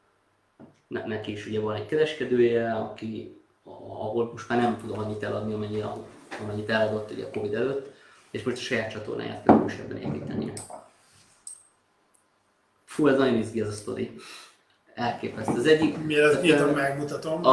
Neki is ugye van egy kereskedője, ahol most már nem tudom annyit eladni, amennyit eladott ugye a Covid előtt, és most a saját csatornáját kell erősebben építenie. Fú, ez nagyon izgi ez a sztori. Elképesztő. Az egyik... Mielőtt nyíltan megmutatom,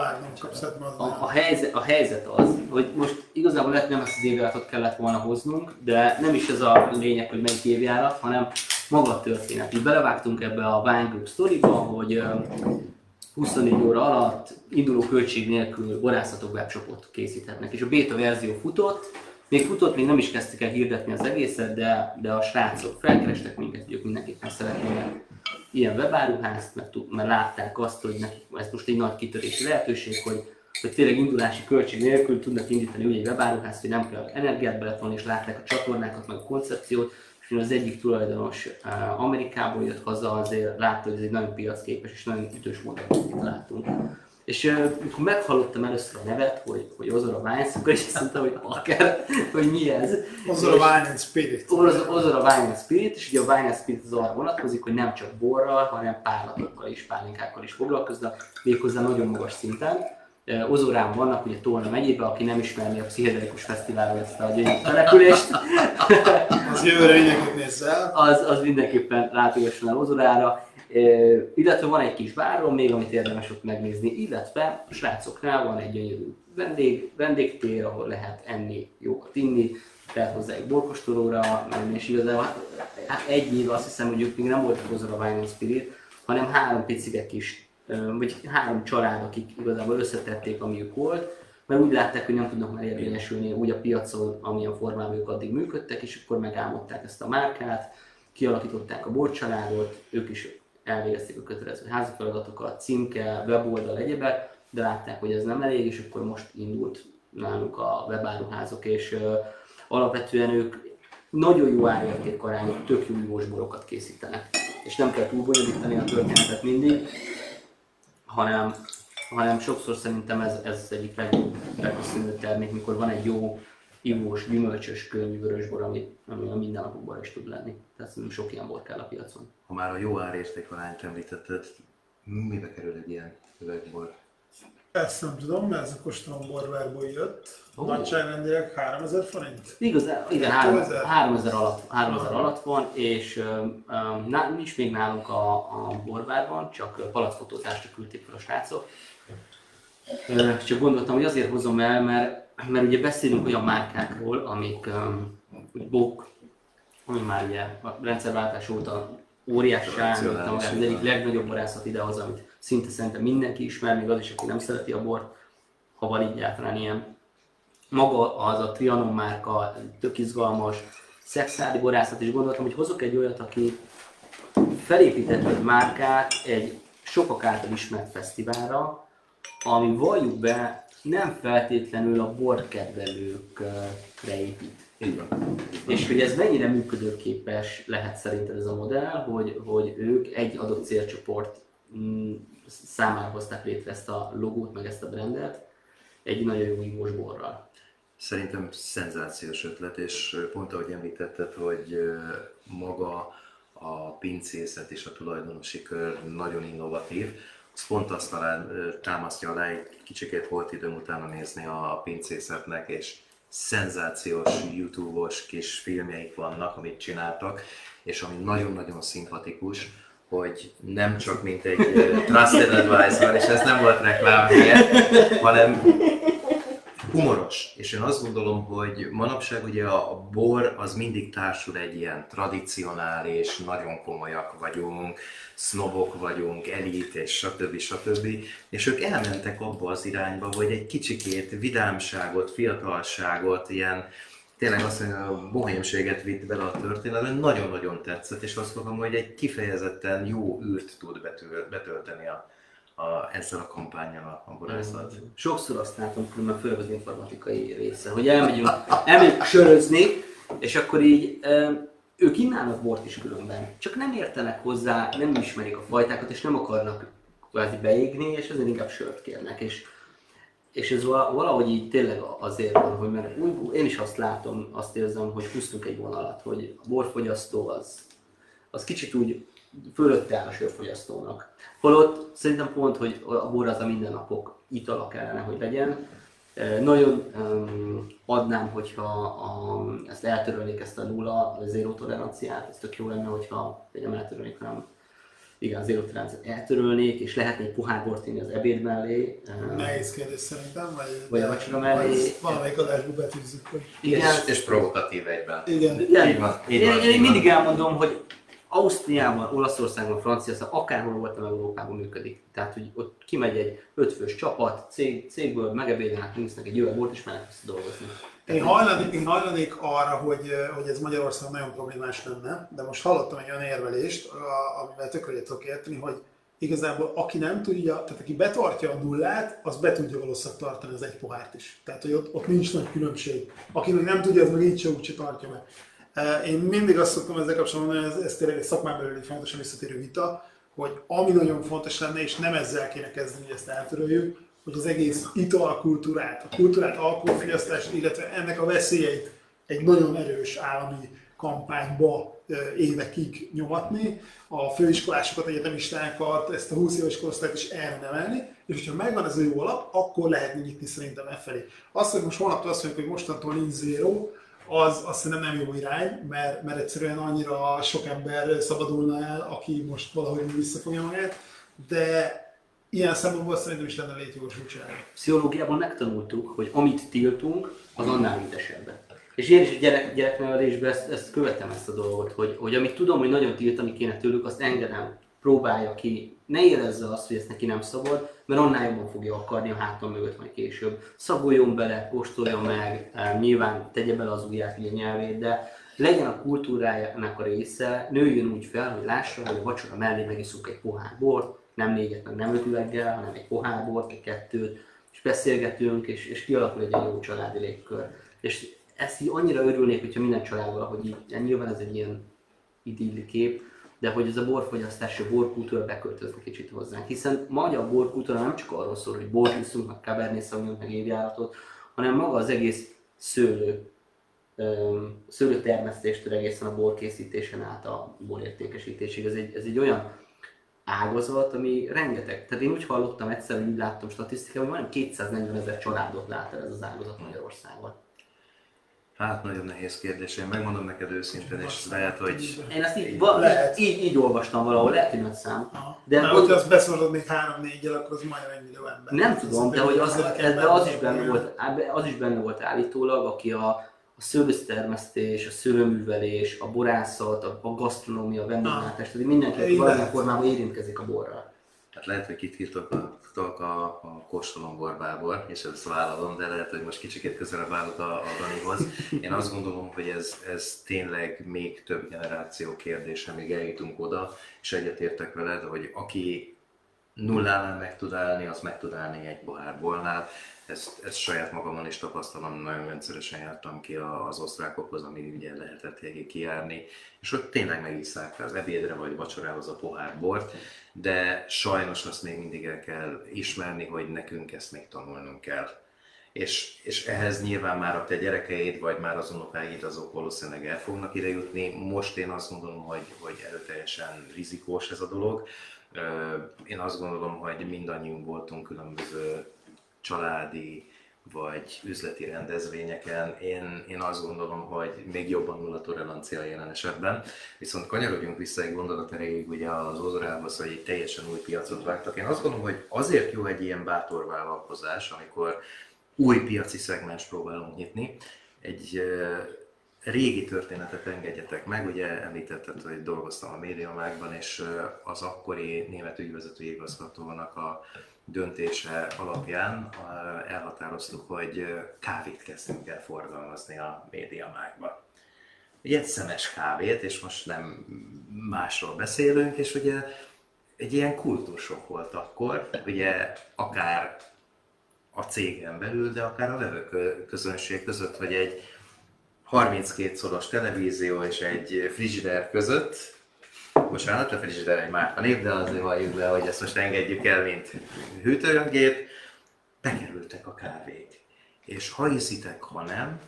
a helyzet az, hogy most igazából nem ezt az évjáratot kellett volna hoznunk, de nem is ez a lényeg, hogy melyik évjárat, hanem maga a történet. Így belevágtunk ebbe a Wine Group sztoriba, hogy 24 óra alatt induló költség nélkül borászatok webshopot készíthetnek. És a beta verzió futott, még nem is kezdtük el hirdetni az egészet, de a srácok felkerestek minket, hogy ők mindenképpen szeretnének ilyen webáruházt, mert látták azt, hogy nekik ez most egy nagy kitörési lehetőség, hogy tényleg indulási költség nélkül tudnak indítani úgy egy webáruházt, hogy nem kell energiát beletolni, és látták a csatornákat, meg a koncepciót, és az egyik tulajdonos Amerikából jött haza, azért látta, hogy ez egy nagyon piacképes és nagyon ütős modell, amit látunk. És amikor meghallottam először a nevet, hogy Ozora Wines, akkor is azt mondtam, hogy akár, hogy mi ez. Ozora Wine and Spirit. Ozora Wine and Spirit, és ugye a Wine and Spirit az arra vonatkozik, hogy nem csak borral, hanem párlatokkal is, pálinkákkal is foglalkoznak, méghozzá nagyon magas szinten. Ozorán vannak, ugye Tolna megyében, aki nem ismerni a Pszichedelikus Fesztiválon ezt a gyönyörű települést. Az jövőre mindenképp nézz el. Az mindenképpen látogasson el Ozorára. Illetve van egy kis várom még, amit érdemes ott megnézni, illetve a srácoknál van egy gyönyörű vendégtér, ahol lehet enni, jókat inni, lehet hozzá egy borkóstolóra menni, és igazából egy év azt hiszem, hogy ők még nem voltak Ozora Wine and Spirit, hanem 3 picike kis, vagy 3 család, akik igazából összetették, amiük volt, mert úgy látták, hogy nem tudnak már érvényesülni úgy a piacon, amilyen formában ők addig működtek, és akkor megálmodták ezt a márkát, kialakították a borcsaládot, ők is elvégezték a kötelező házi feladatokat, címke, weboldal, egyebek, de látták, hogy ez nem elég, és akkor most indult nálunk a webáruházok, és alapvetően ők nagyon jó árértékarányú, tök jó jósborokat készítenek. És nem kell túlbonyolítani a történetet mindig, hanem sokszor szerintem ez az egyik legjobb megköszönő termék, mikor van egy jó, ivós, gyümölcsös, könnyű vörösbor, ami a mindennapokban is tud lenni. Tehát szerintem sok ilyen bor kell a piacon. Ha már a jó árértékarányt említetted, mibe kerül egy ilyen üvegbor? Ezt nem tudom, mert ez a kostalom borvárból jött. Nagyságrendileg 3000 forint? Igazán, igen, 3000 alatt van, és nincs még nálunk a borvárban, csak palacfotózásra küldték fel a srácok. Csak gondoltam, hogy azért hozom el, mert ugye beszélünk olyan márkákról, amik Bock, ami már ugye a rendszerváltás óta óriási állítom, az egyik legnagyobb borászat idehoz, amit szinte szerintem mindenki ismer, még az is, aki nem szereti a bort, ha van egyáltalán ilyen. Maga az a Trianon márka, tök izgalmas, szexádi borászat, és gondoltam, hogy hozok egy olyat, aki felépített egy márkát egy sokak által ismert fesztiválra, ami valljuk be, nem feltétlenül a borkedvelőkre épít. Így van. És hogy ez mennyire működőképes lehet szerinted ez a modell, hogy ők egy adott célcsoport számára hozták létre ezt a logót, meg ezt a brandet egy nagyon jó ivós borral. Szerintem szenzációs ötlet, és pont ahogy említetted, hogy maga a pincészet és a tulajdonosi kör nagyon innovatív, az pont azt talán támasztja alá, egy kicsikét volt időm utána nézni a pincészetnek, és szenzációs YouTube-os kis filmjeik vannak, amit csináltak, és ami nagyon-nagyon szimpatikus, hogy nem csak mint egy Trusted Advisor, és ez nem volt reklám, hanem humoros. És én azt gondolom, hogy manapság ugye a bor az mindig társul egy ilyen tradicionális, nagyon komolyak vagyunk, sznobok vagyunk, elit és stb. És ők elmentek abba az irányba, hogy egy kicsikét vidámságot, fiatalságot, ilyen tényleg azt mondja, a bohémséget vitt bele a történetben, nagyon-nagyon tetszett, és azt mondom, hogy egy kifejezetten jó űrt tud betölteni ezzel a kampánnyal a borászat. Sokszor azt látom, különben főleg az informatikai része, hogy elmegyünk sörözni, és akkor így ők innának bort is különben, csak nem értenek hozzá, nem ismerik a fajtákat, és nem akarnak kvázi beégni, és ezért inkább sört kérnek. És ez valahogy így tényleg azért van, hogy mert én is azt látom, azt érzem, hogy húztunk egy vonalat, hogy a borfogyasztó az kicsit úgy fölötte áll a sörfogyasztónak. Holott szerintem pont, hogy a bor az a mindennapok itala kellene, hogy legyen. Nagyon adnám, hogyha ezt eltörölnék, ezt a nulla, a zéró toleranciát, ez tök jó lenne, hogyha nem eltörölnék, hanem igen, zéró toleranciát eltörölnék, és lehetne egy pohár bort inni az ebéd mellé. Nehéz kérdés szerintem, vagy a vacsora mellé. Valamelyik adásba betűzzük, hogy... És provokatív egyben. Igen. Én mindig elmondom, hogy Ausztriában, Olaszországban, Franciaországban, akárhol voltam Európában működik. Tehát, hogy ott kimegy egy 5 fős csapat, cégből megebédelnek, visznek egy jó bort és mennek vissza dolgozni. Én hajlanék arra, hogy ez Magyarországon nagyon problémás lenne, de most hallottam egy olyan érvelést, amivel tökre tudok érteni, hogy igazából aki nem tudja, tehát aki betartja a nullát, az be tudja valószínűleg tartani az egy pohárt is. Tehát, hogy ott nincs nagy különbség. Aki meg nem tudja, az meg így se úgyse tartja meg. Én mindig azt szoktam ezzel kapcsolatban mondani, ez tényleg egy szakmán belül egy fontosan visszatérő vita, hogy ami nagyon fontos lenne, és nem ezzel kéne kezdeni, hogy ezt eltöröljük, hogy az egész italkultúrát, a kultúrát, alkoholfogyasztást, illetve ennek a veszélyeit egy nagyon erős állami kampányba évekig nyomatni, a főiskolásokat, egyetemistákat, ezt a 20 éves korosztályt is erre nevelni, és hogyha megvan ez a jó alap, akkor lehet nyitni szerintem e felé. Azt, hogy most holnaptól azt mondjuk, hogy mostantól nincs zéró, az szerintem nem jó irány, mert egyszerűen annyira sok ember szabadulna el, aki most valahogy visszafogja magát, de ilyen szempontból szerintem is lenne létjogosultsága. Pszichológiában megtanultuk, hogy amit tiltunk, az annál vitesebb. És én is gyereknevelésben ezt követem ezt a dolgot, hogy amit tudom, hogy nagyon tiltani kéne tőlük, azt engedem, próbálja ki, ne érezze azt, hogy ezt neki nem szabad, mert annál jobban fogja akarni a hátam mögött majd később. Szagoljon bele, kóstolja meg, nyilván tegye bele az ujját, a nyelvét, de legyen a kultúrájának a része, nőjön úgy fel, hogy lássa, hogy a vacsora mellé megiszunk egy pohár bort, nem 4-et, meg nem 5 üveggel, hanem egy pohár bort, egy 2-t, és beszélgetünk, és kialakul egy jó családi légkör. És ezt így annyira örülnék, hogyha minden család valahogy így, nyilván ez egy ilyen idilli kép, de hogy ez a borfogyasztás, a borkultúra beköltözni kicsit hozzánk. Hiszen magyar borkultúra nem csak arról szól, hogy bort iszunk, meg Cabernet Sauvignon, meg évjáratot, hanem maga az egész szőlőtermesztéstől egészen a borkészítésen át a borértékesítésig. Ez egy olyan ágazat, ami rengeteg. Tehát én úgy hallottam egyszer, hogy úgy láttam statisztikában, hogy majdnem 240 000 családot lát el ez az ágazat Magyarországon. Hát nagyon nehéz kérdés, én megmondom neked őszintén, és lehet, hogy... Én ezt így olvastam valahol, lehet, hogy nagy szám. De hogyha azt beszorod még 3-4-jel, akkor az majdnem 1 millió ember. Nem tudom, de hogy az is benne volt állítólag, aki a szőlőtermesztés, a szőlőművelés, a borászat, a gasztronómia, a vendéglátás, tehát mindenki, aki valamilyen formában érintkezik a borral. Hát lehet, hogy kitírtok a kóstolomborbából, és ezt vállalom, de lehet, hogy most kicsikét közelebb állok a Danihoz. Én azt gondolom, hogy ez tényleg még több generáció kérdése, még eljutunk oda, és egyetértek veled, hogy aki nullánál meg tud állni, az meg tud állni egy pohár bornál. Ezt saját magamon is tapasztalom, nagyon rendszeresen jártam ki az osztrákokhoz, ami ugye lehetett kijárni, és ott tényleg megisszák az ebédre vagy vacsorához a pohár bort, de sajnos azt még mindig el kell ismerni, hogy nekünk ezt még tanulnunk kell. És ehhez nyilván már a te gyerekeid, vagy már az unokáid azok valószínűleg el fognak ide jutni. Most én azt gondolom, hogy erőteljesen rizikós ez a dolog. Én azt gondolom, hogy mindannyiunk voltunk különböző családi vagy üzleti rendezvényeken. Én azt gondolom, hogy még jobban nulla tolerancia jelen esetben. Viszont kanyarodjunk vissza egy gondolat erejéig ugye az Ozorához, hogy egy teljesen új piacot vágtak. Én azt gondolom, hogy azért jó egy ilyen bátor vállalkozás, amikor új piaci szegmens próbálunk nyitni. Egy régi történetet engedjetek meg, ugye említetted, hogy dolgoztam a MediaMarktban, és az akkori német ügyvezető igazgatónak a döntése alapján elhatároztuk, hogy kávét kezdtünk el forgalmazni a MediaMarktban. Egy szemes kávét, és most nem másról beszélünk, és ugye egy ilyen kultúrsok volt akkor, ugye akár a cégen belül, de akár a vevőközönség között, hogy egy 32 szoros televízió és egy frigider között, bocsánat, a frigider egy márka név, de azért valljuk be, hogy ezt most engedjük el, mint hűtőgép, bekerültek a kávék. És ha hiszitek, ha nem,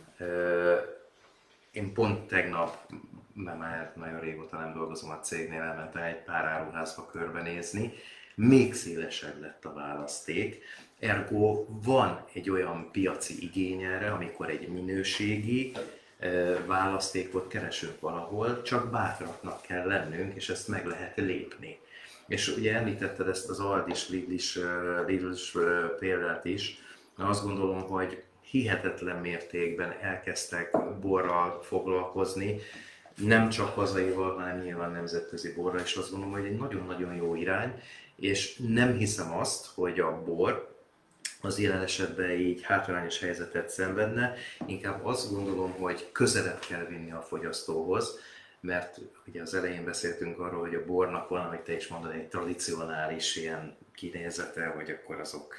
én pont tegnap, mert már nagyon régóta nem dolgozom a cégnél, elmentem egy pár áruházba körbenézni, még szélesebb lett a választék. Ergo van egy olyan piaci igény erre, amikor egy minőségi választékot keresünk valahol, csak bátraknak kell lennünk, és ezt meg lehet lépni. És ugye említetted ezt az Aldis, Lidl-s példát is, azt gondolom, hogy hihetetlen mértékben elkezdtek borral foglalkozni. nem csak hazaival, hanem nyilván nemzetközi borra, és azt gondolom, hogy egy nagyon-nagyon jó irány, és nem hiszem azt, hogy a bor az jelen esetben így hátrányos helyzetet szenvedne, inkább azt gondolom, hogy közelebb kell vinni a fogyasztóhoz, mert ugye az elején beszéltünk arról, hogy a bornak van, ahogy te is mondod, egy tradicionális ilyen kinézete, hogy akkor azok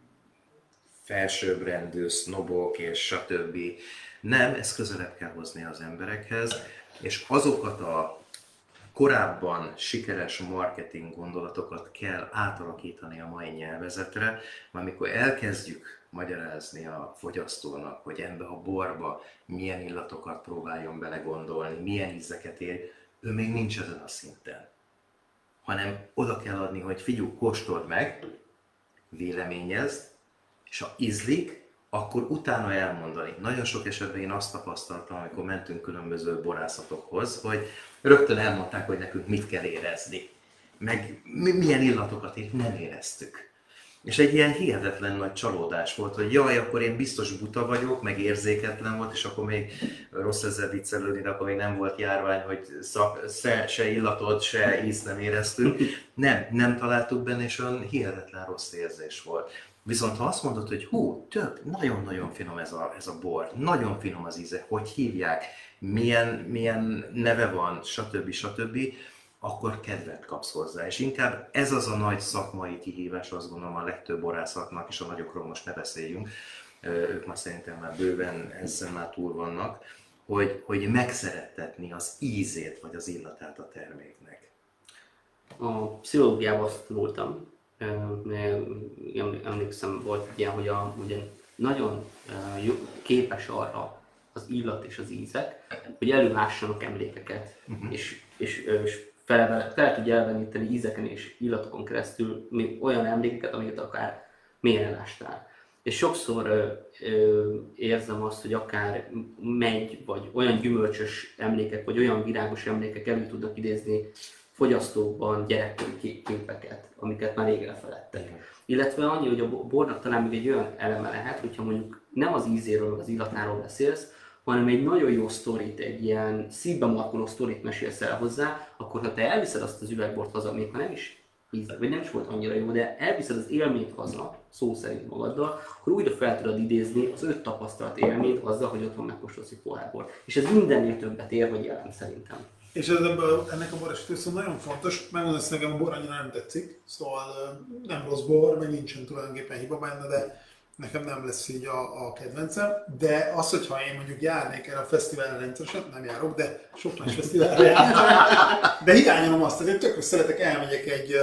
felsőbbrendű sznobok és stb. Nem, ezt közelebb kell hozni az emberekhez, és azokat a korábban sikeres marketing gondolatokat kell átalakítani a mai nyelvezetre, mert amikor elkezdjük magyarázni a fogyasztónak, hogy ebbe a borba milyen illatokat próbáljon belegondolni, milyen ízeket ér, ő még nincs ezen a szinten. Hanem oda kell adni, hogy figyelj, kóstold meg, véleményezd, és ha ízlik, akkor utána elmondani. Nagyon sok esetben én azt tapasztaltam, amikor mentünk különböző borászatokhoz, hogy rögtön elmondták, hogy nekünk mit kell érezni. Meg milyen illatokat nem éreztük. És egy ilyen hihetetlen nagy csalódás volt, hogy jaj, akkor én biztos buta vagyok, meg érzéketlen volt, és akkor még rossz ezzel viccelődni, de akkor még nem volt járvány, hogy se illatot, se ízt nem éreztünk. Nem találtuk benne, és olyan hihetetlen rossz érzés volt. Viszont ha azt mondod, hogy hú, nagyon-nagyon finom ez a bor, nagyon finom az íze, hogy hívják, milyen neve van, stb. Akkor kedvet kapsz hozzá. És inkább ez az a nagy szakmai kihívás, azt gondolom a legtöbb borászatnak, és a nagyokról most ne beszéljünk, ők már szerintem már bőven ezzel már túl vannak, hogy megszerettetni az ízét vagy az illatát a terméknek. A pszichológiában azt tanultam, emlékszem, volt ilyen, hogy ugye nagyon képes arra az illat és az ízek, hogy előássanak emlékeket, és fel tudja elveníteni ízeken és illatokon keresztül olyan emlékeket, amiket akár mélyen elástál. És sokszor érzem azt, hogy akár vagy olyan gyümölcsös emlékek, vagy olyan virágos emlékek elő tudnak idézni fogyasztókban gyerekkori képeket, amiket már rég elfeledtek. Illetve annyi, hogy a bornak talán még egy olyan eleme lehet, hogyha mondjuk nem az ízéről, az illatáról beszélsz, hanem egy nagyon jó sztorit, egy ilyen szívbe markoló sztorit mesélsz el hozzá, akkor ha te elviszed azt az üvegbort haza, még ha nem is ízleg, vagy nem is volt annyira jó, de elviszed az élményt haza, szó szerint magaddal, akkor újra fel tudod idézni az 5 tapasztalat élményt azzal, hogy otthon megkóstolsz egy pohárbor. És ez mindennél többet ér, vagy jelent szerintem. És ennek a boresítő szó nagyon fontos, megmondom, hogy nekem a bor annyira nem tetszik, szóval nem rossz bor, meg nincsen tulajdonképpen hiba benne, de nekem nem lesz így a kedvencem. De az, hogyha én mondjuk járnék erre a fesztiválra rendszeresen, nem járok, de sok más fesztiválra járnék, de hiányolom azt, hogy én tökre szeretek, elmegyek egy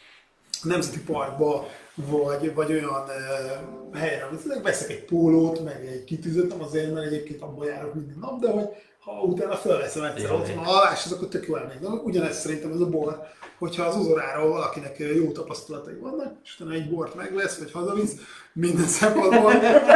nemzeti parkba, vagy olyan helyre, amit veszek egy pólót, meg egy kitűzőt, nem azért, mert egyébként abban járok minden nap, de hogy ha utána felveszem egyszer otthon a alás, akkor tök jó elmegy. Ugyanezt szerintem ez a bor, hogyha az uzoráról valakinek jó tapasztalatai vannak, és utána egy bort megvesz, vagy hazavisz, minden szempontból,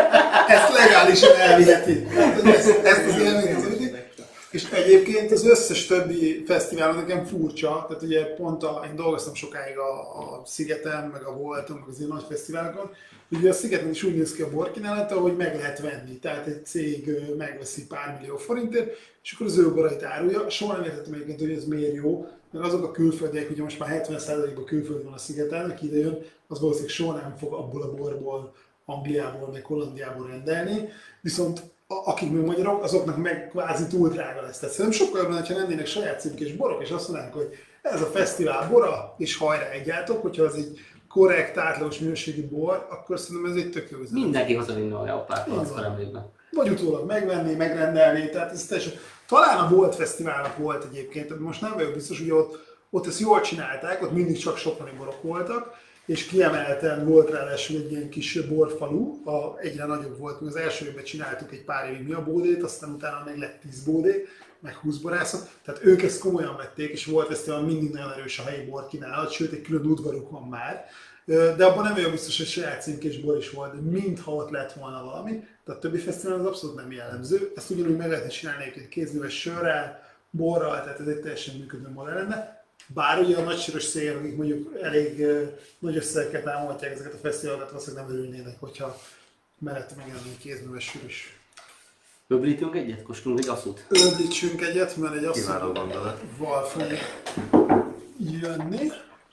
ezt legálisan elviheti. Ezt az élményt. És egyébként az összes többi fesztiválon nekem furcsa, tehát ugye pont én dolgoztam sokáig a Szigeten, meg a Volton, meg az ilyen nagy fesztiválokon, ugye a Szigeten is úgy néz ki a borkínálata, hogy meg lehet venni, tehát egy cég megveszi pár millió forintért, és akkor az ő borait árulja. Soha nem értettem egyébként, hogy ez miért jó, mert azok a külföldiek, ugye most már 70%-ban külföld van a Szigeten, aki ide jön, az valószínűleg soha nem fog abból a borból, Angliából, meg Hollandiából rendelni, viszont akik még magyarok, azoknak meg kvázi túl drága lesz. Tehát szerintem sokkal jobban, ha lennének saját címkés borok, és azt mondanánk, hogy ez a fesztivál bora, és hajrá egyáltalán, hogyha az egy korrekt, átlagos minőségi bor, akkor szerintem ez egy tök jó üzenet. Mindenki hazavinne a pár palackkal emlékben. Vagy utólag megvenni, megrendelni, tehát ez teljesen... Talán a Bolt Fesztiválnak volt egyébként, tehát most nem vagyok biztos, hogy ott ezt jól csinálták, ott mindig csak soproni borok voltak, és kiemelten volt ráadásul egy ilyen kis borfalu, egyre nagyobb volt, mi az első évben csináltuk egy pár évig mi a bódét, aztán utána még lett 10 bódé, meg 20 borászat, tehát ők ezt komolyan vették, és volt ezt mindig nagyon erős a helyi borkínálat, sőt egy külön udvaruk van már, de abban nem olyan biztos, hogy saját címkés bor is volt, de mintha ott lett volna valami, de a többi fesztiválon az abszolút nem jellemző, ezt ugyanúgy meg lehetne csinálni egy kézműves sörrel, borral, tehát ez egy teljesen működő modell lenne. Bár ugye a nagysörös cégek, akik mondjuk elég nagy összegeket támogatják ezeket a fesztiválokat, valószínűleg nem örülnének, hogyha mellette megjelenni kézműves sör is. Öblítünk egyet? Kóstolunk egy asszút? Öblítsünk egyet, mert egy Kiváló gondolat. asszúval fog jönni.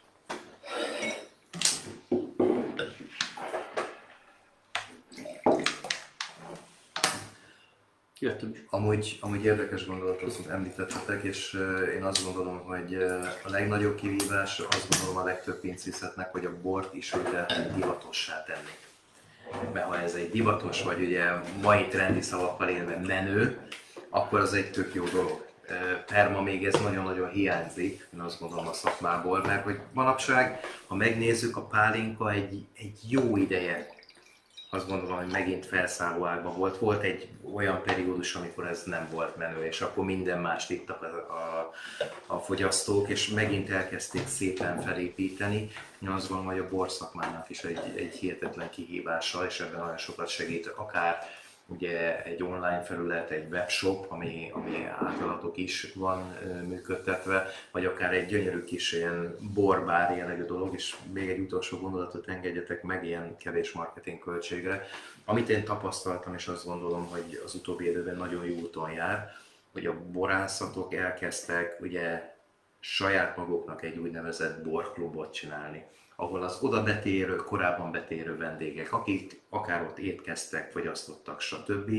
Jöttünk is. Amúgy érdekes gondolatot említettetek, és én azt gondolom, hogy a legnagyobb kihívás, azt gondolom a legtöbb pincészetnek, hogy a bort is ugye divatossá tenni. Mert ha ez egy divatos, vagy ugye mai trendi szavakkal élve menő, akkor az egy tök jó dolog. Ma még ez nagyon-nagyon hiányzik, én azt gondolom a szakmából, mert hogy manapság, ha megnézzük, a pálinka egy jó ideje, azt gondolom, hogy megint felszálló ágban volt. Volt egy olyan periódus, amikor ez nem volt menő, és akkor minden mást ittak a fogyasztók, és megint elkezdték szépen felépíteni. Én azt gondolom, hogy a borszakmának is egy hihetetlen kihívása, és ebben nagyon sokat segít, akár ugye egy online felület, egy webshop, ami általatok is van működtetve, vagy akár egy gyönyörű kis ilyen borbár jellegű dolog, és még egy utolsó gondolatot engedjetek meg ilyen kevés marketing költségre. Amit én tapasztaltam, és azt gondolom, hogy az utóbbi időben nagyon jó úton jár, hogy a borászatok elkezdtek ugye saját maguknak egy úgynevezett borklubot csinálni, ahol az oda betérő, korábban betérő vendégek, akik akár ott étkeztek, fogyasztottak, stb.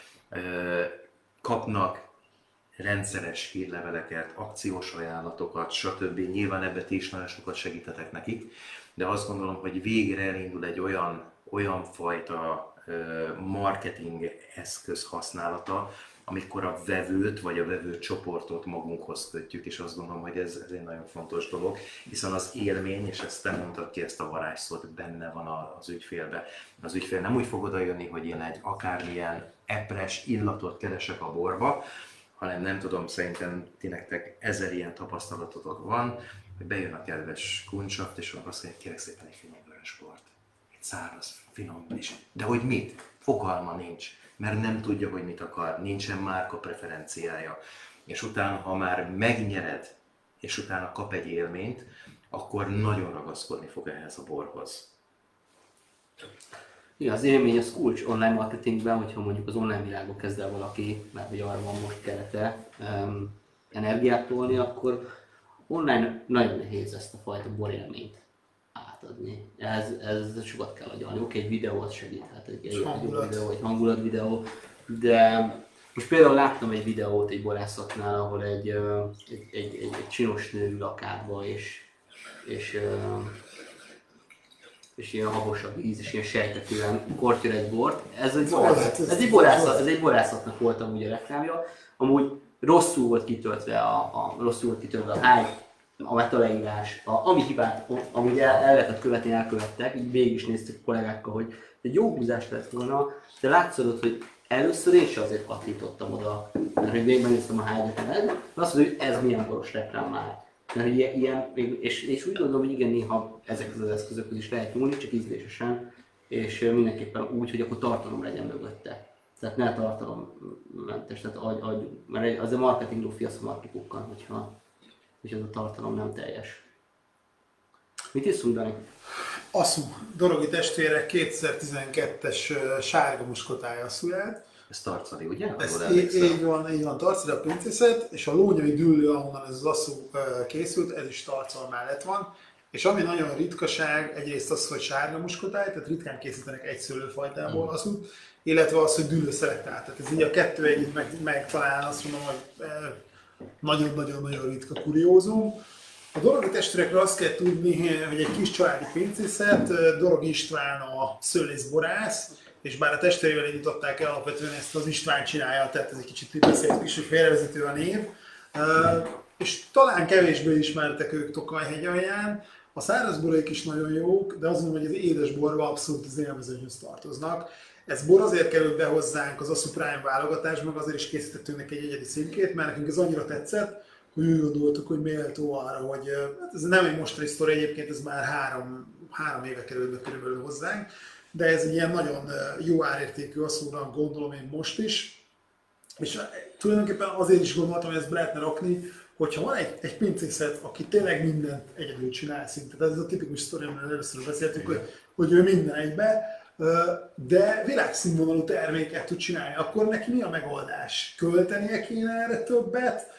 Kapnak rendszeres hírleveleket, akciós ajánlatokat, stb. Nyilván ebbe ti is nagyon sokat segítetek nekik, de azt gondolom, hogy végre elindul egy olyan fajta marketing eszköz használata, amikor a vevőt vagy a vevő csoportot magunkhoz kötjük, és azt gondolom, hogy ez egy nagyon fontos dolog, hiszen az élmény, és ezt te mondtad ki, ezt a varázsszót, benne van az ügyfélbe. Az ügyfél nem úgy fog oda jönni, hogy én egy akármilyen epres illatot keresek a borba, hanem nem tudom, szerintem ti nektek 1000 ilyen tapasztalatotok van, hogy bejön a kedves kuncsaft, és azt mondja, kérek szépen egy finomvörös bort. Egy száraz, finom is. De hogy mit? Fogalma nincs, mert nem tudja, hogy mit akar, nincsen márka preferenciája. És utána, ha már megnyered, és utána kap egy élményt, akkor nagyon ragaszkodni fog ehhez a borhoz. Ja, az élmény az kulcs online marketingben, hogyha mondjuk az online világban kezd el valaki, mert hogy arra van most kerete, energiát tolni, akkor online nagyon nehéz ezt a fajta borélményt átadni. Ez sokat kell agyalni. Oké, egy videó az segíthet, egy videó, egy hangulatvideó, de most például láttam egy videót egy borászatnál, ahol egy csinos nő ül a kádba, és ilyen habos a víz, és ilyen sejtetően kortyol egy bort. Ez egy borászatnak volt amúgy a reklámja. Amúgy rosszul volt kitöltve a háj, a metaleírás, ami hibát, amúgy el lehetett követni, elkövettek, így végig is néztük a kollégákkal, hogy egy jó húzás lett volna, de látszódott, hogy először én sem azért kattintottam oda, mert hogy végig megnéztem a hájgyetemet, de azt mondja, hogy ez milyen boros reklám már. Mert ilyen, és úgy gondolom, hogy igen, néha ezekhez az eszközökhöz is lehet nyúlni, csak ízlésesen, és mindenképpen úgy, hogy akkor tartalom legyen mögötte. Tehát ne tartalommentes, tehát mert az a marketing lufi, az marki pukkan, hogyha az a tartalom nem teljes. Mit iszunk, Dani? Asszú, Dorogi testvérek 2012-es sárga muskotája asszúját. Ez tarcali, ugye? Ez így van, tarcali a pincészet, és a lónyai düllő, ahonnan ez az asszú készült, ez is tarcal mellett van. És ami nagyon ritkaság, egyrészt az, hogy sárga muskotáj, tehát ritkán készítenek egy szőlőfajtából asszút, illetve az, hogy düllő szelektált. Tehát ez így a kettő együtt megtalálni, azt mondom, hogy nagyon-nagyon ritka kuriózum. A Dorogi testvérekről azt kell tudni, hogy egy kis családi pincészet, Dorog István a szőlészborász, és bár a testvérével indították el, alapvetően ezt az István csinálja, tehát ez egy kicsit beszélt is, hogy félrevezető a név. És talán kevésbé ismertek ők Tokaj-hegy alján. A szárazboraik is nagyon jók, de azt mondom, hogy az édesborba abszolút az élmezőnyhöz tartoznak. Ez bor azért került be hozzánk az Asszú Prime válogatás, meg azért is készítettünk neki egy egyedi címkét, mert nekünk ez annyira tetszett, hogy úgy gondoltuk, hogy méltó arra, hogy hát ez nem egy mostani sztori, egyébként ez már három éve került be körülbelül hozzánk, de ez egy ilyen nagyon jó árértékű asszúnak gondolom én most is. És tulajdonképpen azért is gondoltam, hogy ezt be lehetne rakni, hogyha van egy pincészet, aki tényleg mindent egyedül csinál szinte, ez a tipikus sztori, amiről először beszéltünk, hogy ő minden egybe, de világszínvonalú terméket tud csinálni. Akkor neki mi a megoldás? Költenie kéne erre többet?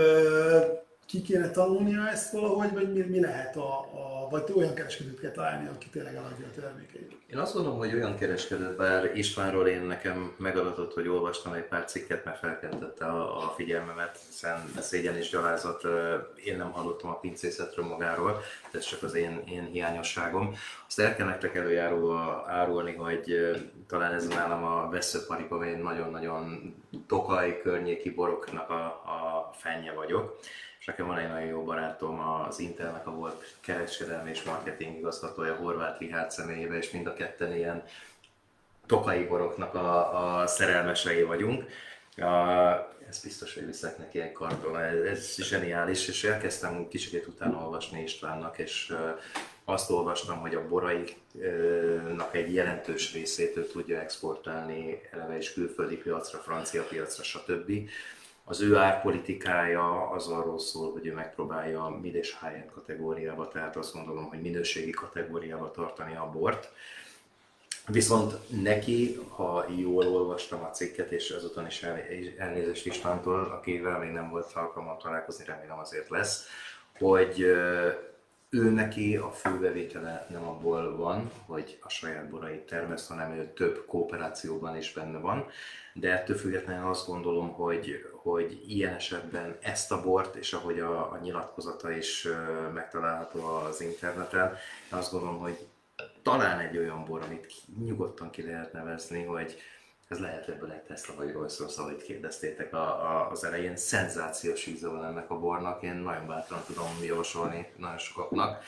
Ki kéne tanulnia ezt valahogy, vagy mi lehet vagy olyan kereskedőt kell találni, aki tényleg eladja a termékeit? Én azt gondolom, hogy olyan kereskedőt, bár Istvánról nekem megadatott, hogy olvastam egy pár cikket, mert felkeltette a figyelmemet, hiszen szégyen és gyalázat, én nem hallottam a pincészetről magáról, ez csak az én hiányosságom. Azt el kell nektek előjáróval árulni, hogy talán ez nálam a veszőparipam, én nagyon-nagyon Tokaj környéki boroknak a fenje vagyok. És nekem van egy nagyon jó barátom, az Intelnek a volt kereskedelmi és marketing igazgatója, Horváth Richárd személyében, és mind a ketten ilyen tokai boroknak a szerelmesei vagyunk. Ez biztos, hogy viszek neki egy karton, ez zseniális, és elkezdtem kicsit utána olvasni Istvánnak, és azt olvastam, hogy a boraiknak egy jelentős részét ő tudja exportálni eleve is külföldi piacra, francia piacra, stb. Az ő árpolitikája az arról szól, hogy ő megpróbálja a mid és high-end kategóriába, tehát azt gondolom, hogy minőségi kategóriába tartani a bort. Viszont neki, ha jól olvastam a cikket, és ezután is elnézést Istvántól, akivel még nem volt alkalmam találkozni, remélem azért lesz, hogy ő neki a főbevétele nem abból van, hogy a saját borait termeszt, hanem ő több kooperációban is benne van. De ettől függetlenül azt gondolom, hogy ilyen esetben ezt a bort, és ahogy a nyilatkozata is megtalálható az interneten, azt gondolom, hogy talán egy olyan bor, amit nyugodtan ki lehet nevezni, hogy ez lehet ebből egy Tesla vagy Rolls-Royce, ahogy kérdeztétek az elején. Szenzációs íze van ennek a bornak, én nagyon bátran tudom javasolni nagyon sokaknak.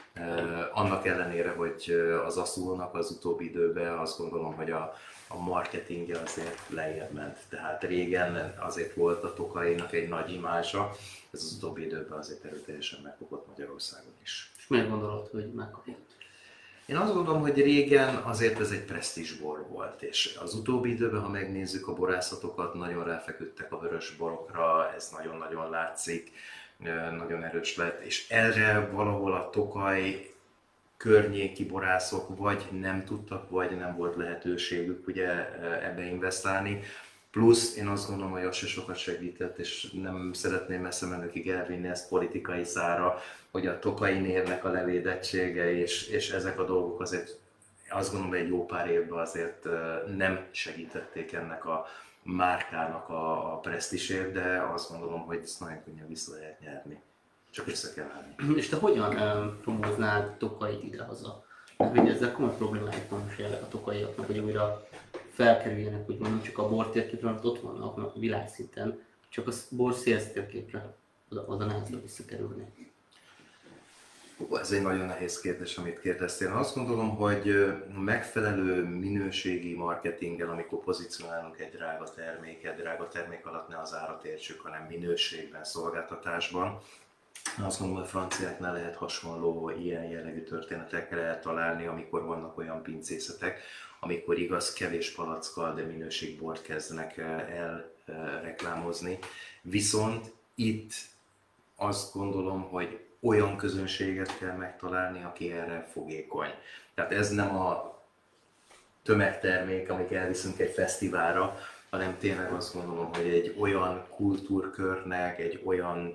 Annak ellenére, hogy az Aszulónak az utóbbi időben azt gondolom, hogy a marketingje azért lejjebb ment. Tehát régen azért volt a Tokainak egy nagy imázsa, ez az utóbbi időben azért erőteljesen megkopott Magyarországon is. És miért gondolod, hogy megkapja? Én azt gondolom, hogy régen azért ez egy presztízs bor volt, és az utóbbi időben, ha megnézzük a borászatokat, nagyon ráfeküdtek a vörös borokra, ez nagyon-nagyon látszik, nagyon erős lett, és erre valahol a Tokaj környéki borászok vagy nem tudtak, vagy nem volt lehetőségük ugye ebbe investálni. Plusz én azt gondolom, hogy az se sokat segített, és nem szeretném messze menőkig elvinni ezt politikai szára, hogy a Tokai névnek a levédettsége és ezek a dolgok azért azt gondolom, hogy egy jó pár évben azért nem segítették ennek a márkának a presztízsét, de azt gondolom, hogy ezt nagyon könnyen vissza lehet nyerni. Csak össze kell állni. És te hogyan promóznád Tokait idehaza? Mert ezzel komoly problémáik van most jelenleg a tokaiaknak, hogy újra felkerüljenek, úgymond nem csak a bortérképre, amit ott vannak a világszinten, csak a bor szélsztérképre oda nehezebb visszakerülni. Ez egy nagyon nehéz kérdés, amit kérdeztél. Azt gondolom, hogy megfelelő minőségi marketinggel, amikor pozícionálunk egy drága termék alatt ne az árat értsük, hanem minőségben, szolgáltatásban. Azt gondolom, hogy a franciáknál lehet hasonló ilyen jellegű történetekre lehet találni, amikor vannak olyan pincészetek, amikor igaz, kevés palackkal, de minőségbort kezdenek el reklámozni. Viszont itt azt gondolom, hogy olyan közönséget kell megtalálni, aki erre fogékony. Tehát ez nem a tömegtermék, amit elviszünk egy fesztiválra, hanem tényleg azt gondolom, hogy egy olyan kultúrkörnek, egy olyan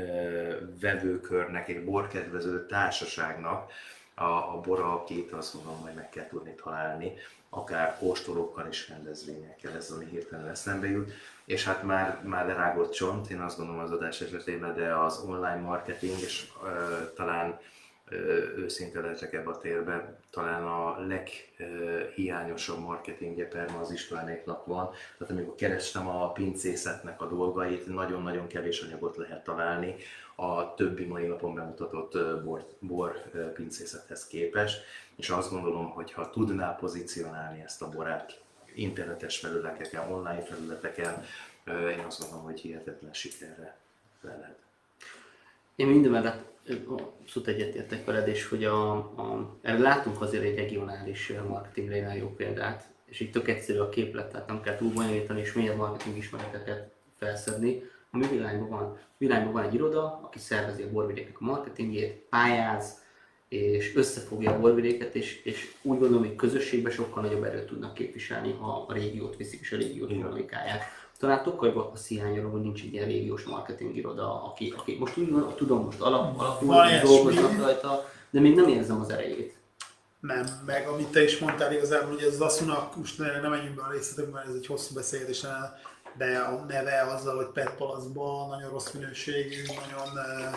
vevőkörnek, egy borkedvező társaságnak a boralkét azt gondolom, hogy meg kell tudni találni, akár kóstolókkal és rendezvényekkel, ez ami hirtelen eszembe jut. És hát már lerágott csont, én azt gondolom az adás esetében, de az online marketing, és talán őszinte lehetek ebbe a térbe, talán a leghiányosabb marketingje perma az Istvánéknak van. Tehát amikor kerestem a pincészetnek a dolgait, nagyon-nagyon kevés anyagot lehet találni a többi mai napon bemutatott bor pincészethez képest. És azt gondolom, hogy ha tudná pozícionálni ezt a borát internetes felületeken, online felületeken, én azt gondolom, hogy hihetetlen sikerre lehet. Én mindemellett abszolút egyetértek veled, és hogy erre látunk azért egy regionális marketingre nagyon jó példát, és így tök egyszerű a képlet, tehát nem kell túl bonyolítani és mélyebb marketing ismereteket felszedni. A mi világban van egy iroda, aki szervezi a borvidéknek a marketingjét, pályáz, és összefogja a borvidéket, és úgy gondolom, hogy közösségben sokkal nagyobb erőt tudnak képviselni, ha a régiót viszik és a régiót kommunikálják. Talán Tokajban azt hiányolom, hogy nincs egy ilyen régiós marketing iroda, aki most úgy tudom, most alapul dolgoznak rajta, de még nem érzem az erejét. Nem, meg amit te is mondtál igazából, hogy ez az Asunak, most nem menjünk be a részletekbe, mert ez egy hosszú beszélgetés, de a neve azzal, hogy PET Palaszban nagyon rossz minőségű, nagyon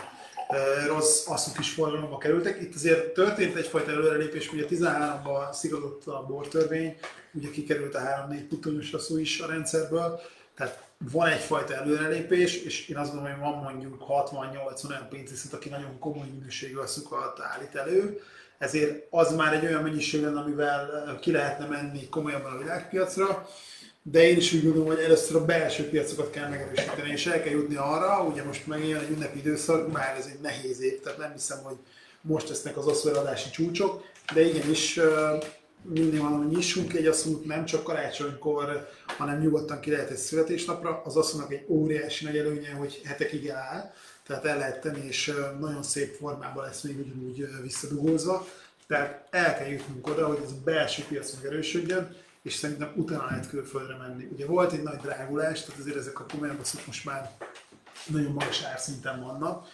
rossz asszuk is forgalomba kerültek. Itt azért történt egyfajta előrelépés, ugye 13-ban szigorodott a bortörvény, ugye kikerült a 3-4 puttonyos asszú is a rendszerből, tehát van egyfajta előrelépés, és én azt gondolom, hogy van mondjuk 60-80 olyan pincészet, aki nagyon komoly minőségű asszukat állít elő, ezért az már egy olyan mennyiség lenne, amivel ki lehetne menni komolyabban a világpiacra, de én is úgy gondolom, hogy először a belső piacokat kell megerősíteni, és el kell jutni arra, ugye most megjön egy ünnepi időszak, bár ez egy nehéz év, tehát nem hiszem, hogy most lesznek az asszúeladási csúcsok, de igenis mindig van, hogy nyissunk egy asszút, nem csak karácsonykor, hanem nyugodtan ki lehet egy születésnapra. Az asszúnak egy óriási nagy előnye, hogy hetekig eláll, tehát el lehet tenni, és nagyon szép formában lesz még ugyanúgy visszadugózva. Tehát el kell jutnunk oda, hogy ez a belső piac megerősödjön, és szerintem utána lehet külföldre menni. Ugye volt egy nagy drágulás, tehát azért ezek a komolyabb asszuk most már nagyon magas árszinten vannak,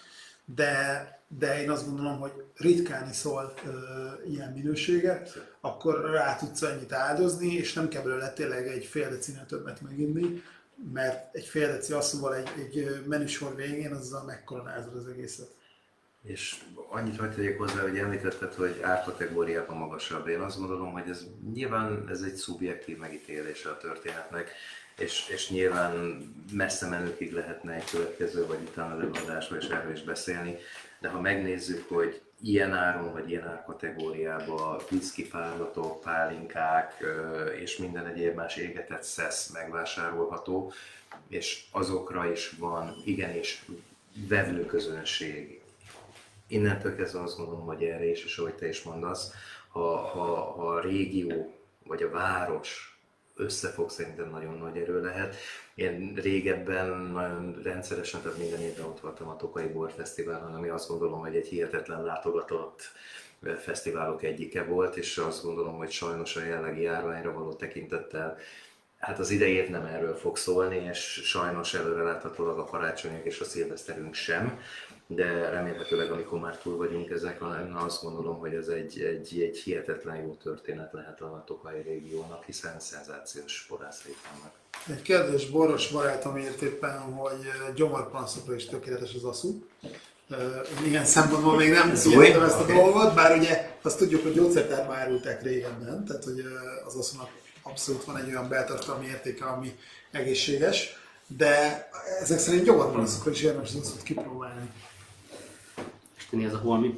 de én azt gondolom, hogy ritkán iszol ilyen minőséget, akkor rá tudsz ennyit áldozni, és nem kell belőle tényleg egy fél decinél többet meginni, mert egy fél deci asszúval egy menüsor végén azzal megkoronázod az egészet. És annyit hagyd tegyek hozzá, hogy említetted, hogy árkategóriában magasabb. Én azt gondolom, hogy ez nyilván ez egy szubjektív megítélése a történetnek, és nyilván messze menőkig lehetne egy következő vagy utána előadásról és erről is beszélni, de ha megnézzük, hogy ilyen áron vagy ilyen árkategóriában viszkipárlatok, pálinkák és minden egyéb más égetett szesz megvásárolható, és azokra is van igenis vevőközönség. Innentől kezdve azt gondolom, hogy erre is, és ahogy te is mondasz, ha a régió vagy a város összefog, szerintem nagyon nagy erő lehet. Én régebben nagyon rendszeresen, tehát minden évben ott voltam a Tokaji Borfesztiválon, ami azt gondolom, hogy egy hihetetlen látogatott fesztiválok egyike volt, és azt gondolom, hogy sajnos a jellegi járványra való tekintettel hát az idei év nem erről fog szólni, és sajnos előreláthatólag a karácsonyok és a szilveszterünk sem, de remélhetőleg amikor már túl vagyunk ezeken, azt gondolom, hogy ez egy hihetetlen jó történet lehet a Tokaji régiónak, hiszen szenzációs borászai vannak. Egy kedves boros barátom írt éppen, hogy gyomorpanaszokra is tökéletes az asszú. Ilyen szempontból még nem szóltam ezt a dolgot, bár ugye azt tudjuk, hogy gyógyszertárban árulták régebben, tehát hogy az asszúnak abszolút van egy olyan beltartalmi értéke, ami egészséges, de ezek szerint gyomorpanaszokra is érdemes az asszút kipróbálni. Isteni, ez a holmi.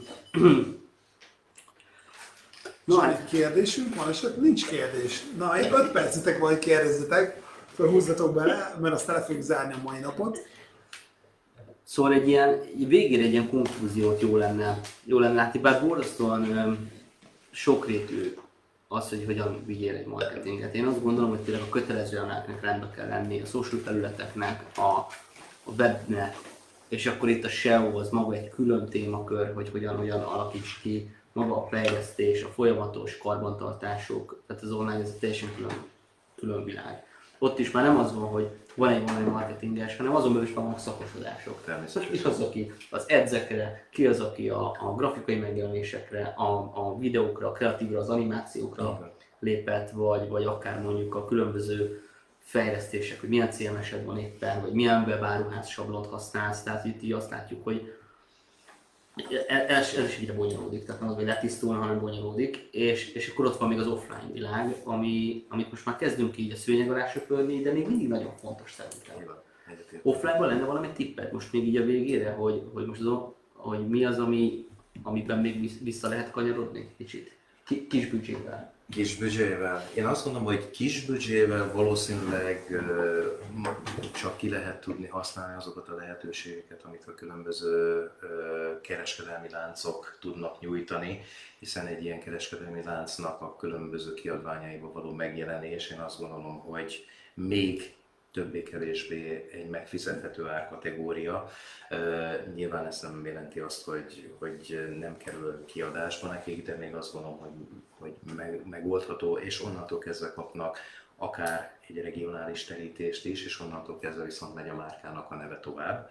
No, egy kérdésünk van, és nincs kérdés. Na, egy 5 percetek van, hogy kérdezzetek, felhúzzatok bele, mert azt el fogjuk zárni a mai napot. Szóval végére egy ilyen konklúziót jó lenne látni, bár borzasztóan sokrétű az, hogy hogyan vigyél egy marketinget. Én azt gondolom, hogy tényleg a kötelező analáknak rendbe kell lenni, a social felületeknek, a webnek, és akkor itt a SEO az maga egy külön témakör, hogy hogyan alakíts ki, maga a fejlesztés, a folyamatos karbantartások, tehát az online ez egy teljesen külön világ. Ott is már nem az van, hogy van egy online marketinges, hanem azon belül is vannak szakosodások. Természetesen. Ki az, aki az edzekre, ki az, aki a grafikai megjelenésekre, a videókra, a kreatívra, az animációkra lépett, vagy akár mondjuk a különböző fejlesztések, hogy milyen CMS-ed van éppen, vagy milyen webáruház sablont használsz, tehát itt így azt látjuk, hogy ez is egyre bonyolódik, tehát nem az, hogy letisztulna, hanem bonyolódik, és akkor ott van még az offline világ, amit most már kezdünk így a szőnyeg alá söpörni, de még mindig nagyon fontos szerintem. Offline-ban lenne valami tipped most még így a végére, hogy most hogy mi az, amiben még vissza lehet kanyarodni kicsit? Kis büdzsével. Kis büdzsével. Én azt gondolom, hogy kis büdzsével valószínűleg csak ki lehet tudni használni azokat a lehetőségeket, amit a különböző kereskedelmi láncok tudnak nyújtani, hiszen egy ilyen kereskedelmi láncnak a különböző kiadványaiban való megjelenés, én azt gondolom, hogy még többé-kevésbé egy megfizethető árkategória. Nyilván ez nem jelenti azt, hogy nem kerül kiadásba nekik, de még azt gondolom, hogy megoldható, és onnantól kezdve kapnak akár egy regionális terítést is, és onnantól kezdve viszont megy a márkának a neve tovább.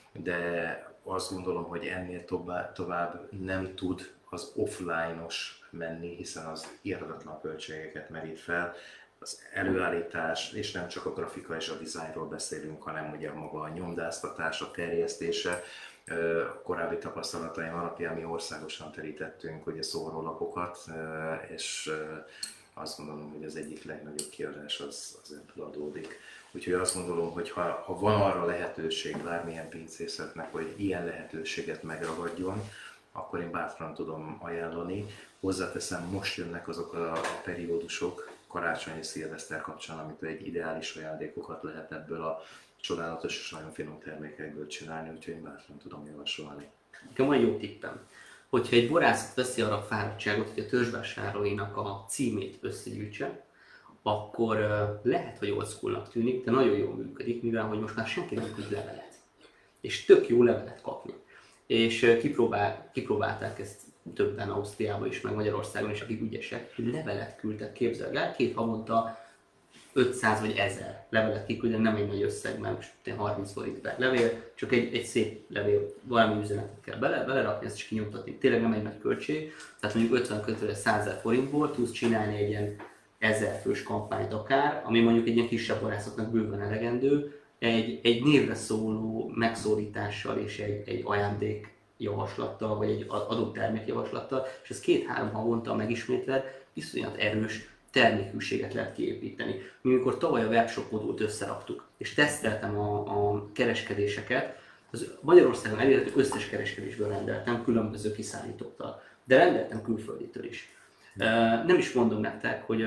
De azt gondolom, hogy ennél tovább nem tud az offline-os menni, hiszen az irdatlan költségeket merít fel. Az előállítás, és nem csak a grafika és a dizájnról beszélünk, hanem ugye maga a nyomdáztatás, a terjesztése. A korábbi tapasztalataim alapján mi országosan terítettünk ugye szórólapokat, és azt gondolom, hogy az egyik legnagyobb kiadás az ebből adódik. Úgyhogy azt gondolom, hogy ha van arra lehetőség bármilyen pincészetnek, hogy ilyen lehetőséget megragadjon, akkor én bátran tudom ajánlani. Hozzáteszem, most jönnek azok a periódusok, karácsony és szilveszter kapcsán, amikor egy ideális ajándékokat lehet ebből a csodálatos és nagyon finom termékekből csinálni, úgyhogy én bátran tudom javasolni. Nekem van jó tippem. Hogyha egy borász veszi arra a fáradtságot, hogy a törzsvásárlóinak a címét összegyűjtse, akkor lehet, hogy old schoolnak tűnik, de nagyon jól működik, mivel hogy most már senki nem tud levelet. És tök jó levelet kapni. És kipróbálták ezt többen Ausztriában is, meg Magyarországon is, akik ügyesek, hogy levelet küldtek, képzeld el, 2 havonta 500 vagy 1000 levelet kiküldeni, nem egy nagy összeg, mert most 30 forint per levél, csak egy szép levél, valami üzenetet kell belerakni, ezt is kinyomtatni. Tényleg nem egy nagy költség, tehát mondjuk 50-100 000 forintból tudsz csinálni egy ilyen 1000 fős kampányt akár, ami mondjuk egy ilyen kisebb borászatnak bőven elegendő, egy névre szóló megszólítással és egy ajándék javaslattal, vagy egy adott termék javaslattal, és ez 2-3 havonta megismétled, iszonyat erős termékhűséget lehet kiépíteni. Amikor tavaly a webshop modult összeraktuk, és teszteltem a kereskedéseket, az Magyarországon elérhető összes kereskedésből rendeltem különböző kiszállítóktól, de rendeltem külfölditől is. Nem is mondom nektek, hogy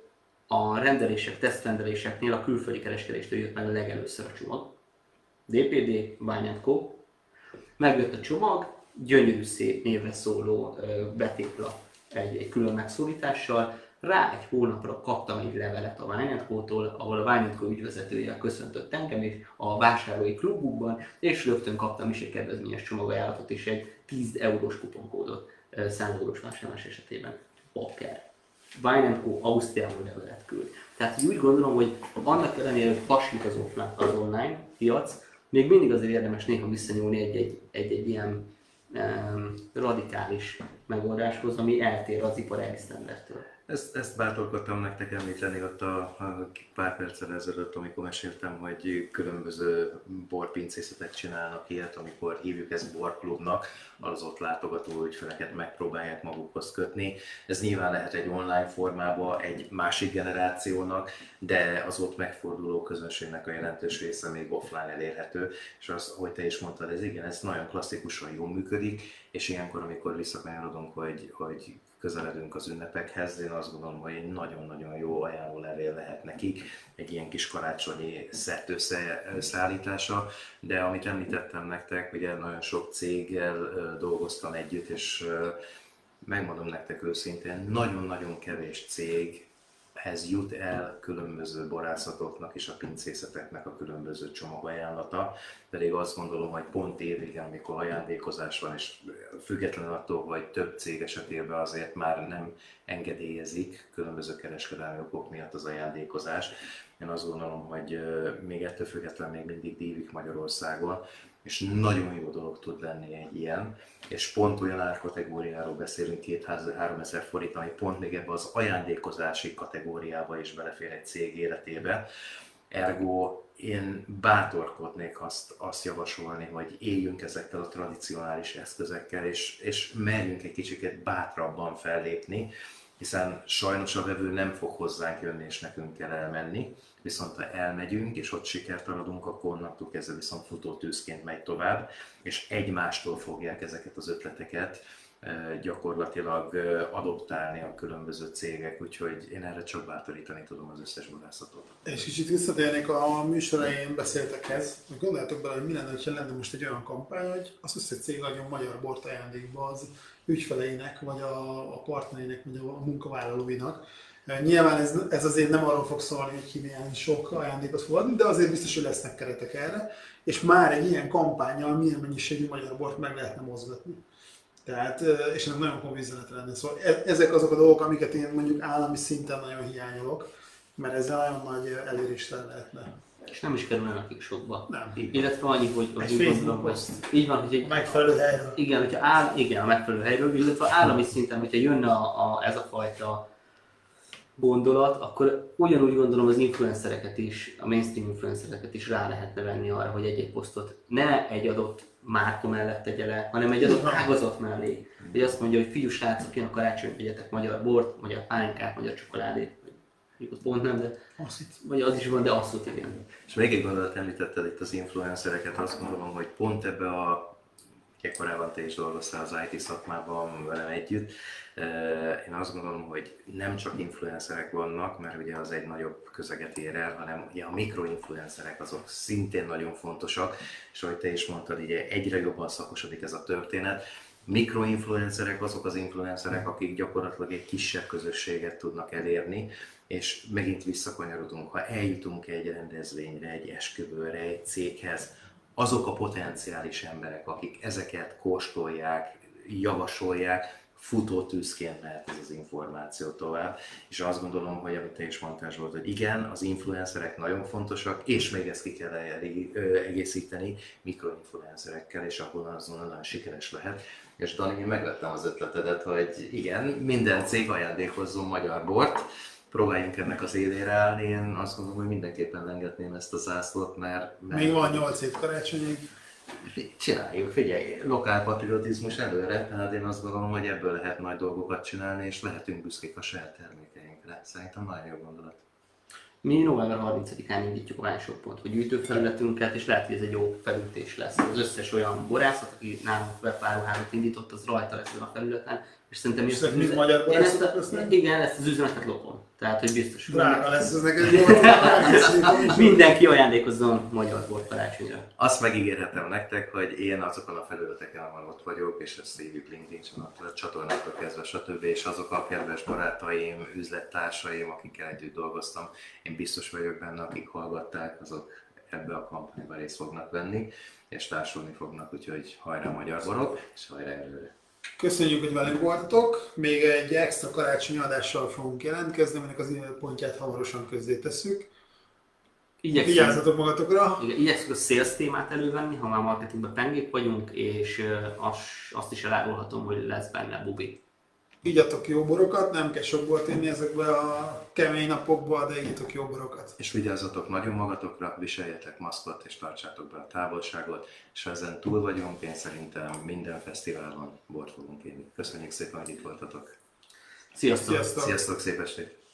a rendelések, tesztrendeléseknél a külföldi kereskedéstől jött meg a legelőször a csomag. DPD, Wine & Co. Megjött a csomag, gyönyörű szép névre szóló betétla egy külön megszólítással. Rá egy hónapra kaptam egy levelet a Wine & Co-tól, ahol a Wine & Co ügyvezetője köszöntött engem is a vásárlói klubukban, és rögtön kaptam is egy kedvezményes csomagajánlatot és egy 10 eurós kuponkódot 100 eurós vásárlás esetében. Poker. Wine & Co Ausztriából levelet küld. Tehát úgy gondolom, hogy annak ellenére, hogy paslik az online piac, még mindig azért érdemes néha visszanyúlni egy ilyen radikális megoldáshoz, ami eltér az iparági sztendertől. Ezt bátorkodtam nektek említeni ott a pár perccel ezelőtt, amikor meséltem, hogy különböző borpincészetek csinálnak ilyet, amikor hívjuk ezt borklubnak, az ott látogató ügyfeleket megpróbálják magukhoz kötni. Ez nyilván lehet egy online formában egy másik generációnak, de az ott megforduló közönségnek a jelentős része még offline elérhető. És az, ahogy te is mondtad, ez nagyon klasszikusan jól működik, és ilyenkor, amikor visszakanyarodunk, hogy közeledünk az ünnepekhez, én azt gondolom, hogy egy nagyon-nagyon jó ajánlólevél lehet nekik, egy ilyen kis karácsonyi szett összeállítása, de amit említettem nektek, ugye nagyon sok céggel dolgoztam együtt, és megmondom nektek őszintén, nagyon-nagyon kevés céghez jut el különböző borászatoknak és a pincészeteknek a különböző csomagajánlata, pedig azt gondolom, hogy pont évig, amikor ajándékozás van, és független attól, hogy több cég esetében azért már nem engedélyezik különböző kereskedelmi okok miatt az ajándékozást. Én azt gondolom, hogy még ettől függetlenül még mindig dívik Magyarországon, és nagyon jó dolog tud lenni egy ilyen, és pont olyan árkategóriáról beszélünk, 2-3 ezer forint, ami pont még ebbe az ajándékozási kategóriába is belefér egy cég életébe. Ergo én bátorkodnék azt javasolni, hogy éljünk ezekkel a tradicionális eszközekkel, és merjünk egy kicsit bátrabban fellépni, hiszen sajnos a vevő nem fog hozzánk jönni, és nekünk kell elmenni, viszont ha elmegyünk, és ott sikert aradunk, akkor onnantól kezdve viszont futótűzként megy tovább, és egymástól fogják ezeket az ötleteket gyakorlatilag adoptálni a különböző cégek, úgyhogy én erre csak bátorítani tudom az összes borászatot. És kicsit visszatérnék a műsor elején beszéltekhez, hogy gondoljátok bele, hogy mi lenne, ha lenne most egy olyan kampány, hogy az összes cég adjon magyar bort ajándékba az ügyfeleinek, vagy a partnereinek, vagy a munkavállalóinak, Nyilván ez azért nem arról fog szólni, hogy ki milyen sok ajándékot fog adni, de azért biztos, hogy lesznek keretek erre, és már egy ilyen kampánnyal milyen mennyiségű magyar bort meg lehetne mozgatni. Tehát, és ennek nagyon komoly üzenet lenne. Szóval ezek azok a dolgok, amiket én mondjuk állami szinten nagyon hiányolok, mert ezzel nagyon nagy elérésre lehetne. És nem is kerülne nekik sokba. Nem. Illetve annyi, hogy Egy Facebook poszt. így van, hogy egy, A megfelelő helyről. igen, igen, a megfelelő helyről, illetve állami szinten, hogyha jönne ez a fajta gondolat, akkor ugyanúgy gondolom az influencereket is, a mainstream influencereket is rá lehetne venni arra, hogy egy-egy posztot ne egy adott márka mellett tegye le, hanem egy adott ágazat mellé. Hogy azt mondja, hogy fiú srácok, jön a karácsony, vegyetek magyar bort, magyar pálinkát, magyar csokoládét. Mondjuk pont nem, de vagy az is van, de asszút igen. És még egy gondolat említetted itt az influencereket, azt gondolom, hogy pont ebbe korábban te is dolgoztál az IT szakmában velem együtt. Én azt gondolom, hogy nem csak influencerek vannak, mert ugye az egy nagyobb közeget ér el, hanem ugye a mikroinfluencerek azok szintén nagyon fontosak, és ahogy te is mondtad, ugye egyre jobban szakosodik ez a történet. Mikroinfluencerek azok az influencerek, akik gyakorlatilag egy kisebb közösséget tudnak elérni, és megint visszakanyarodunk, ha eljutunk egy rendezvényre, egy esküvőre, egy céghez, azok a potenciális emberek, akik ezeket kóstolják, javasolják, futótűzként mehet ez az információ tovább. És azt gondolom, hogy amit te is mondtál volt, hogy igen, az influencerek nagyon fontosak, és még ezt ki kell egészíteni mikroinfluencerekkel, és akkor azon nagyon sikeres lehet. És Dani, én megvettem az ötletedet, hogy igen, minden cég ajándékozzon magyar bort, próbáljunk ennek az élére állni, én azt gondolom, hogy mindenképpen lengetném ezt a zászlót, mert még van 8 év karácsonyig. Csináljuk, figyelj, lokálpatriotizmus előre, tehát én azt gondolom, hogy ebből lehet nagy dolgokat csinálni, és lehetünk büszkék a saját termékeinkre. Szerintem nagyon jó gondolat. Mi november 30-án indítjuk a Wine hogy gyűjtőfelületünket, és lehet, hogy ez egy jó felütés lesz. Az összes olyan borászat, aki nálunk webáruházat indított, az rajta lesz a felületen. És szerintem és mi magyar borászok lesznek? Igen, ezt az üzenetet lopom. Tehát, hogy biztos. Drága lesz ez neked jó. Mindenki ajándékozzon magyar bort karácsonyra. Azt megígérhetem nektek, hogy én azokon a felületeken, ahol ott vagyok, és ezt hívjuk LinkedIn csatornáktól kezdve, stb. És azok a kedves barátaim, üzlettársaim, akikkel együtt dolgoztam, én biztos vagyok benne, akik hallgatták, azok ebbe a kampányban részt fognak venni, és társulni fognak, úgyhogy hajrá magyar borok, és hajrá előre! Köszönjük, hogy velünk voltatok. Még egy extra karácsonyi adással fogunk jelentkezni, aminek az időpontját hamarosan közzétesszük. Vigyázzatok magatokra! Igyekszünk a sales témát elővenni, ha már marketingben pengék vagyunk, és azt is elárulhatom, hogy lesz benne bubi. Igyatok jó borokat, nem kell sok bort inni ezekbe a kemény napokba, de igyatok jó borokat. És vigyázzatok nagyon magatokra, viseljetek maszkot és tartsátok be a távolságot, és ha ezen túl vagyunk, én szerintem minden fesztiválon bort fogunk inni. Köszönjük szépen, hogy itt voltatok. Sziasztok! Sziasztok. Sziasztok, szép estét!